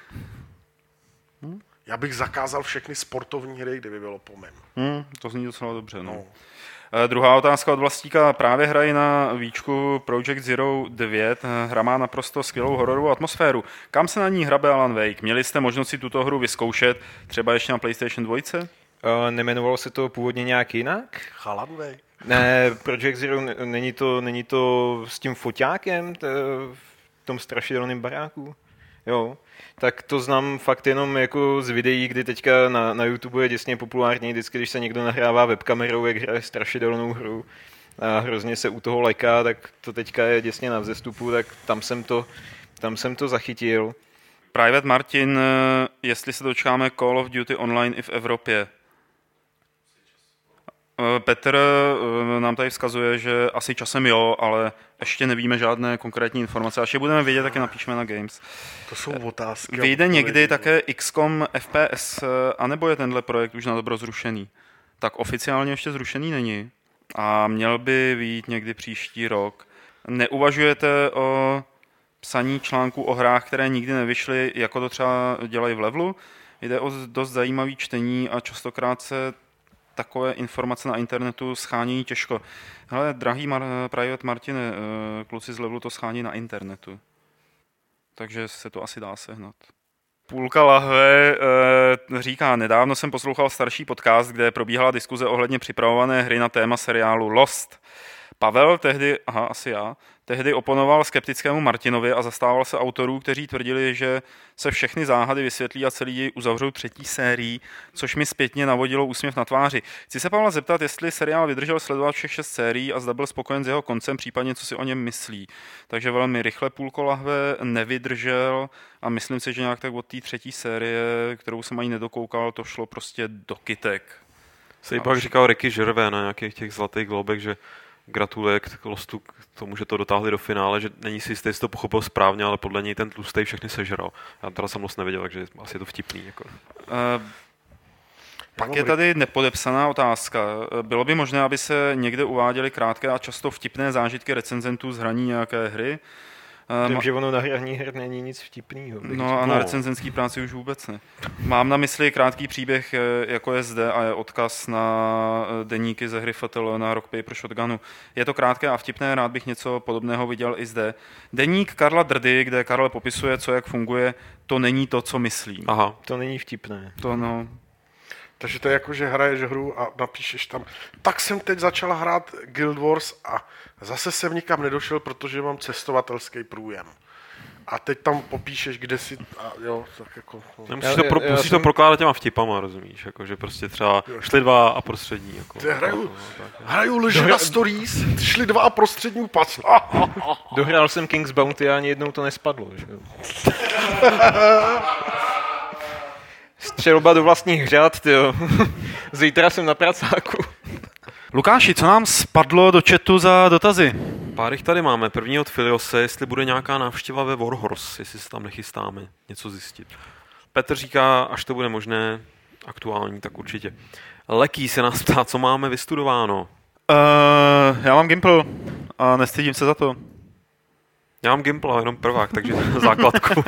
Speaker 1: Já bych zakázal všechny sportovní hry, kdyby bylo po mém.
Speaker 2: To zní docela dobře, no. Druhá otázka od Vlastíka. Právě hrají na víčku Project Zero 9. Hra má naprosto skvělou hororovou atmosféru. Kam se na ní hrabe Alan Wake? Měli jste možnost si tuto hru vyzkoušet třeba ještě na PlayStation 2?
Speaker 5: Nemenovalo se to původně nějak jinak?
Speaker 1: Alan Wake?
Speaker 5: Ne, Project Zero není to s tím foťákem v tom strašidelném baráku? Jo, tak to znám fakt jenom jako z videí, kdy teďka na YouTube je děsně populární, vždycky, když se někdo nahrává webkamerou, jak hraje strašidelnou hru a hrozně se u toho leká, tak to teďka je děsně na vzestupu, tak tam jsem to zachytil.
Speaker 2: Private Martin, jestli se dočkáme Call of Duty Online i v Evropě. Petr nám tady vzkazuje, že asi časem jo, ale ještě nevíme žádné konkrétní informace. Až je budeme vědět, tak je napíšeme na Games.
Speaker 1: To jsou otázky.
Speaker 2: Vyjde někdy také XCOM FPS, anebo je tenhle projekt už na dobro zrušený? Tak oficiálně ještě zrušený není a měl by vyjít někdy příští rok. Neuvažujete o psaní článků o hrách, které nikdy nevyšly, jako to třeba dělají v Levelu? Jde o dost zajímavý čtení a častokrát se takové informace na internetu schání těžko. Hele, drahý Private Martine, kluci z Levelu to schání na internetu. Takže se to asi dá sehnat. Půlka lahve říká, nedávno jsem poslouchal starší podcast, kde probíhala diskuze ohledně připravované hry na téma seriálu Lost. Pavel tehdy oponoval skeptickému Martinovi a zastával se autorů, kteří tvrdili, že se všechny záhady vysvětlí a celý děj uzavřou 3. sérií, což mi zpětně navodilo úsměv na tváři. Chci se Pavla zeptat, jestli seriál vydržel sledovat všech 6 sérií a zda byl spokojen s jeho koncem, případně co si o něm myslí. Takže velmi rychle půlko lahve nevydržel a myslím si, že nějak tak od té 3. série, kterou jsem ani nedokoukal, to šlo prostě do kytek.
Speaker 3: Se pak říkal Ricky Gervais na nějakých těch zlatých globech, že gratuluje k Lostu k tomu, že to dotáhli do finále, že není si jistý, jestli to pochopil správně, ale podle něj ten tlustej všechny sežral. Já teda jsem Lost nevěděl, takže asi je to vtipný. Jako.
Speaker 2: Pak je tady nepodepsaná otázka. Bylo by možné, aby se někde uváděly krátké a často vtipné zážitky recenzentů z hraní nějaké hry?
Speaker 5: Takže ono na hraní her není nic vtipného.
Speaker 2: No a na recenzenský práci už vůbec ne. Mám na mysli krátký příběh, jako je zde a je odkaz na deníky ze hry FTL na Rock Paper Shotgunu. Je to krátké a vtipné, rád bych něco podobného viděl i zde. Deník Karla Drdy, kde Karel popisuje, co jak funguje, to není to, co myslím.
Speaker 3: Aha.
Speaker 5: To není vtipné.
Speaker 2: To no...
Speaker 1: Takže to je jako, že hraješ hru a napíšeš tam, tak jsem teď začal hrát Guild Wars a zase jsem nikam nedošel, protože mám cestovatelský průjem. A teď tam popíšeš, kde si, a jo, tak jako... No.
Speaker 3: Musíš to prokládat těma vtipama, rozumíš, jako, že prostě třeba šli 2 a prostřední. Jako,
Speaker 1: hraju lži na stories, šli 2 a prostřední pas.
Speaker 5: Dohrál jsem King's Bounty a ani jednou to nespadlo, že jo. Střelba do vlastních řad, tyjo. Zítra jsem na pracáku.
Speaker 2: Lukáši, co nám spadlo do chatu za dotazy?
Speaker 3: Pár jich tady máme. První od Filiose, jestli bude nějaká návštěva ve Warhorse, jestli se tam nechystáme něco zjistit. Petr říká, až to bude možné, aktuální, tak určitě. Leký se nás ptá, co máme vystudováno.
Speaker 2: Já mám Gimple a nestydím se za to.
Speaker 3: Já mám Gimple, jenom prvák, takže základku.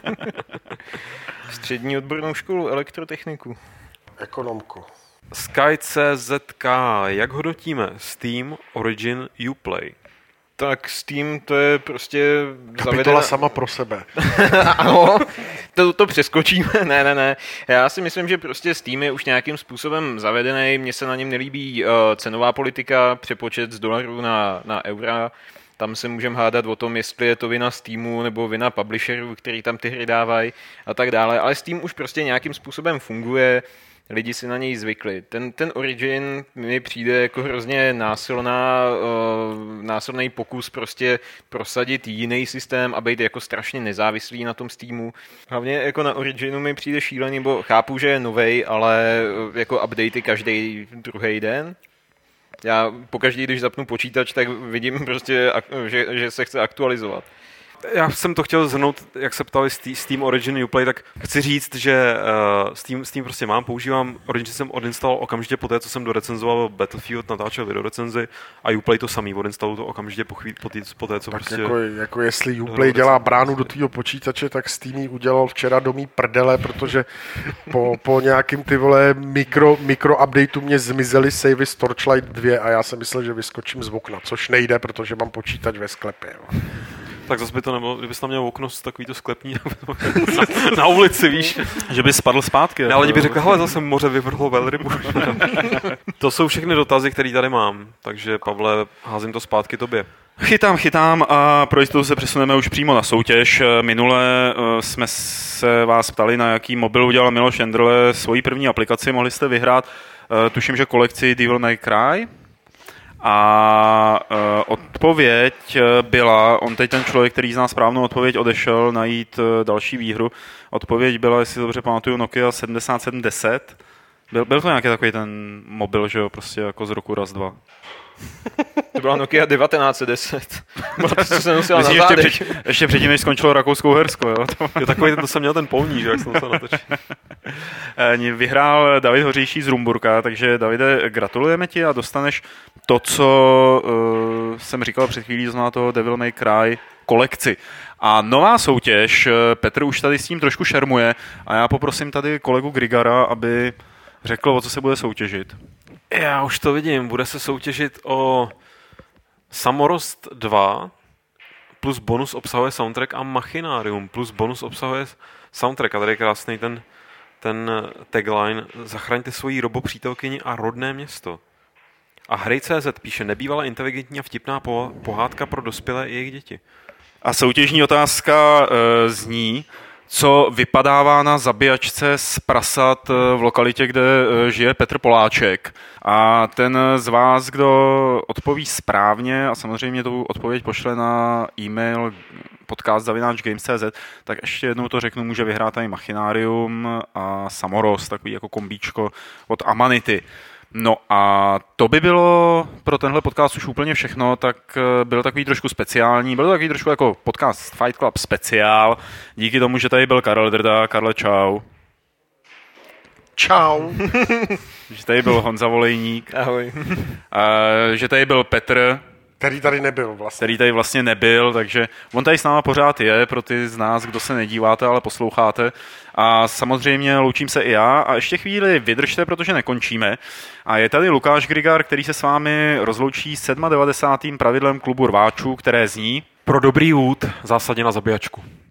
Speaker 5: Střední odbornou školu, elektrotechniku.
Speaker 1: Ekonomku.
Speaker 3: Sky.CZK, jak hodnotíme Steam, Origin, Uplay?
Speaker 5: Tak Steam to je prostě
Speaker 1: kapitola sama pro sebe.
Speaker 5: Ano, to přeskočíme. Ne. Já si myslím, že prostě Steam je už nějakým způsobem zavedený. Mně se na něm nelíbí cenová politika, přepočet z dolarů na eura. Tam se můžeme hádat o tom, jestli je to vina Steamu nebo vina publisherů, který tam ty hry dávají a tak dále. Ale Steam už prostě nějakým způsobem funguje, lidi si na něj zvykli. Ten Origin mi přijde jako hrozně násilný pokus prostě prosadit jiný systém a být jako strašně nezávislý na tom Steamu. Hlavně jako na Originu mi přijde šílený, bo chápu, že je novej, ale jako updatey každý druhý den. Já pokaždý, když zapnu počítač, tak vidím prostě, že se chce aktualizovat.
Speaker 3: Já jsem to chtěl zhrnout, jak se ptali Steam, Origin, Uplay, tak chci říct, že Steam prostě používám, Origin jsem odinstaloval okamžitě po té, co jsem dorecenzoval Battlefield, natáčel videorecenzi a Uplay to samý, odinstaluju to okamžitě po té, co
Speaker 1: tak
Speaker 3: prostě...
Speaker 1: Jako jestli Uplay dělá bránu do tvýho počítače, tak Steam ji udělal včera do mý prdele, protože po nějakým ty vole mikro updateu mě zmizely savey z Torchlight 2 a já jsem myslel, že vyskočím z okna, což nejde, protože mám počítač ve sklepě. Jo.
Speaker 3: Tak zase by to nebylo, kdybys tam měl okno takovýto sklepní na ulici, víš.
Speaker 2: Že by spadl zpátky.
Speaker 3: Ale lidi by řekli, hele, zase moře vyvrhlo velrybu. To jsou všechny dotazy, které tady mám, takže Pavle, házím to zpátky tobě.
Speaker 2: Chytám a pro jistotu se přesuneme už přímo na soutěž. Minule jsme se vás ptali, na jaký mobil udělal Miloš Jendrle svoji první aplikaci. Mohli jste vyhrát, tuším, že kolekci Devil May Cry. A odpověď byla, on teď ten člověk, který zná správnou odpověď, odešel najít další výhru. Odpověď byla, jestli dobře pamatuju, Nokia 7710. Byl to nějaký takový ten mobil, že jo, prostě jako z roku raz, dva.
Speaker 5: To byla Nokia 1910. Co jsem nosila na zádech.
Speaker 2: Ještě předtím, než skončilo Rakousko-Uhersko, jo.
Speaker 3: Jo, takový to jsem měl ten polní, že jak jsem to natočil.
Speaker 2: Vyhrál David Hořejší z Rumburka, takže Davide, gratulujeme ti a dostaneš to, co jsem říkal před chvílí, znamená toho Devil May Cry kolekci. A nová soutěž, Petr už tady s tím trošku šermuje a já poprosím tady kolegu Grigara, aby řekl, o co se bude soutěžit.
Speaker 3: Já už to vidím, bude se soutěžit o Samorost 2 plus bonus obsahuje soundtrack a Machinarium plus bonus obsahuje soundtrack. A tady je krásný ten tagline: zachraňte svoji robopřítelkyni a rodné město. A Hrej.cz píše, nebývala inteligentní a vtipná pohádka pro dospělé i jejich děti.
Speaker 2: A soutěžní otázka zní, co vypadává na zabíjačce z prasat v lokalitě, kde žije Petr Poláček. A ten z vás, kdo odpoví správně a samozřejmě tu odpověď pošle na e-mail podcast@games.cz, tak ještě jednou to řeknu, může vyhrát tady Machinarium a Samorost, takový jako kombíčko od Amanity. No a to by bylo pro tenhle podcast už úplně všechno, tak byl takový trošku speciální, byl to takový trošku jako podcast Fight Club speciál, díky tomu, že tady byl Karel Drda. Karle, čau.
Speaker 1: Čau.
Speaker 2: Že tady byl Honza Volejník.
Speaker 5: Ahoj.
Speaker 2: Že tady byl Petr.
Speaker 1: Který tady nebyl vlastně.
Speaker 2: Který tady vlastně nebyl, takže on tady s náma pořád je, pro ty z nás, kdo se nedíváte, ale posloucháte. A samozřejmě loučím se i já a ještě chvíli vydržte, protože nekončíme. A je tady Lukáš Grigar, který se s vámi rozloučí 97. pravidlem klubu rváčů, které zní:
Speaker 3: Pro dobrý úd zásadně na zabíjačku.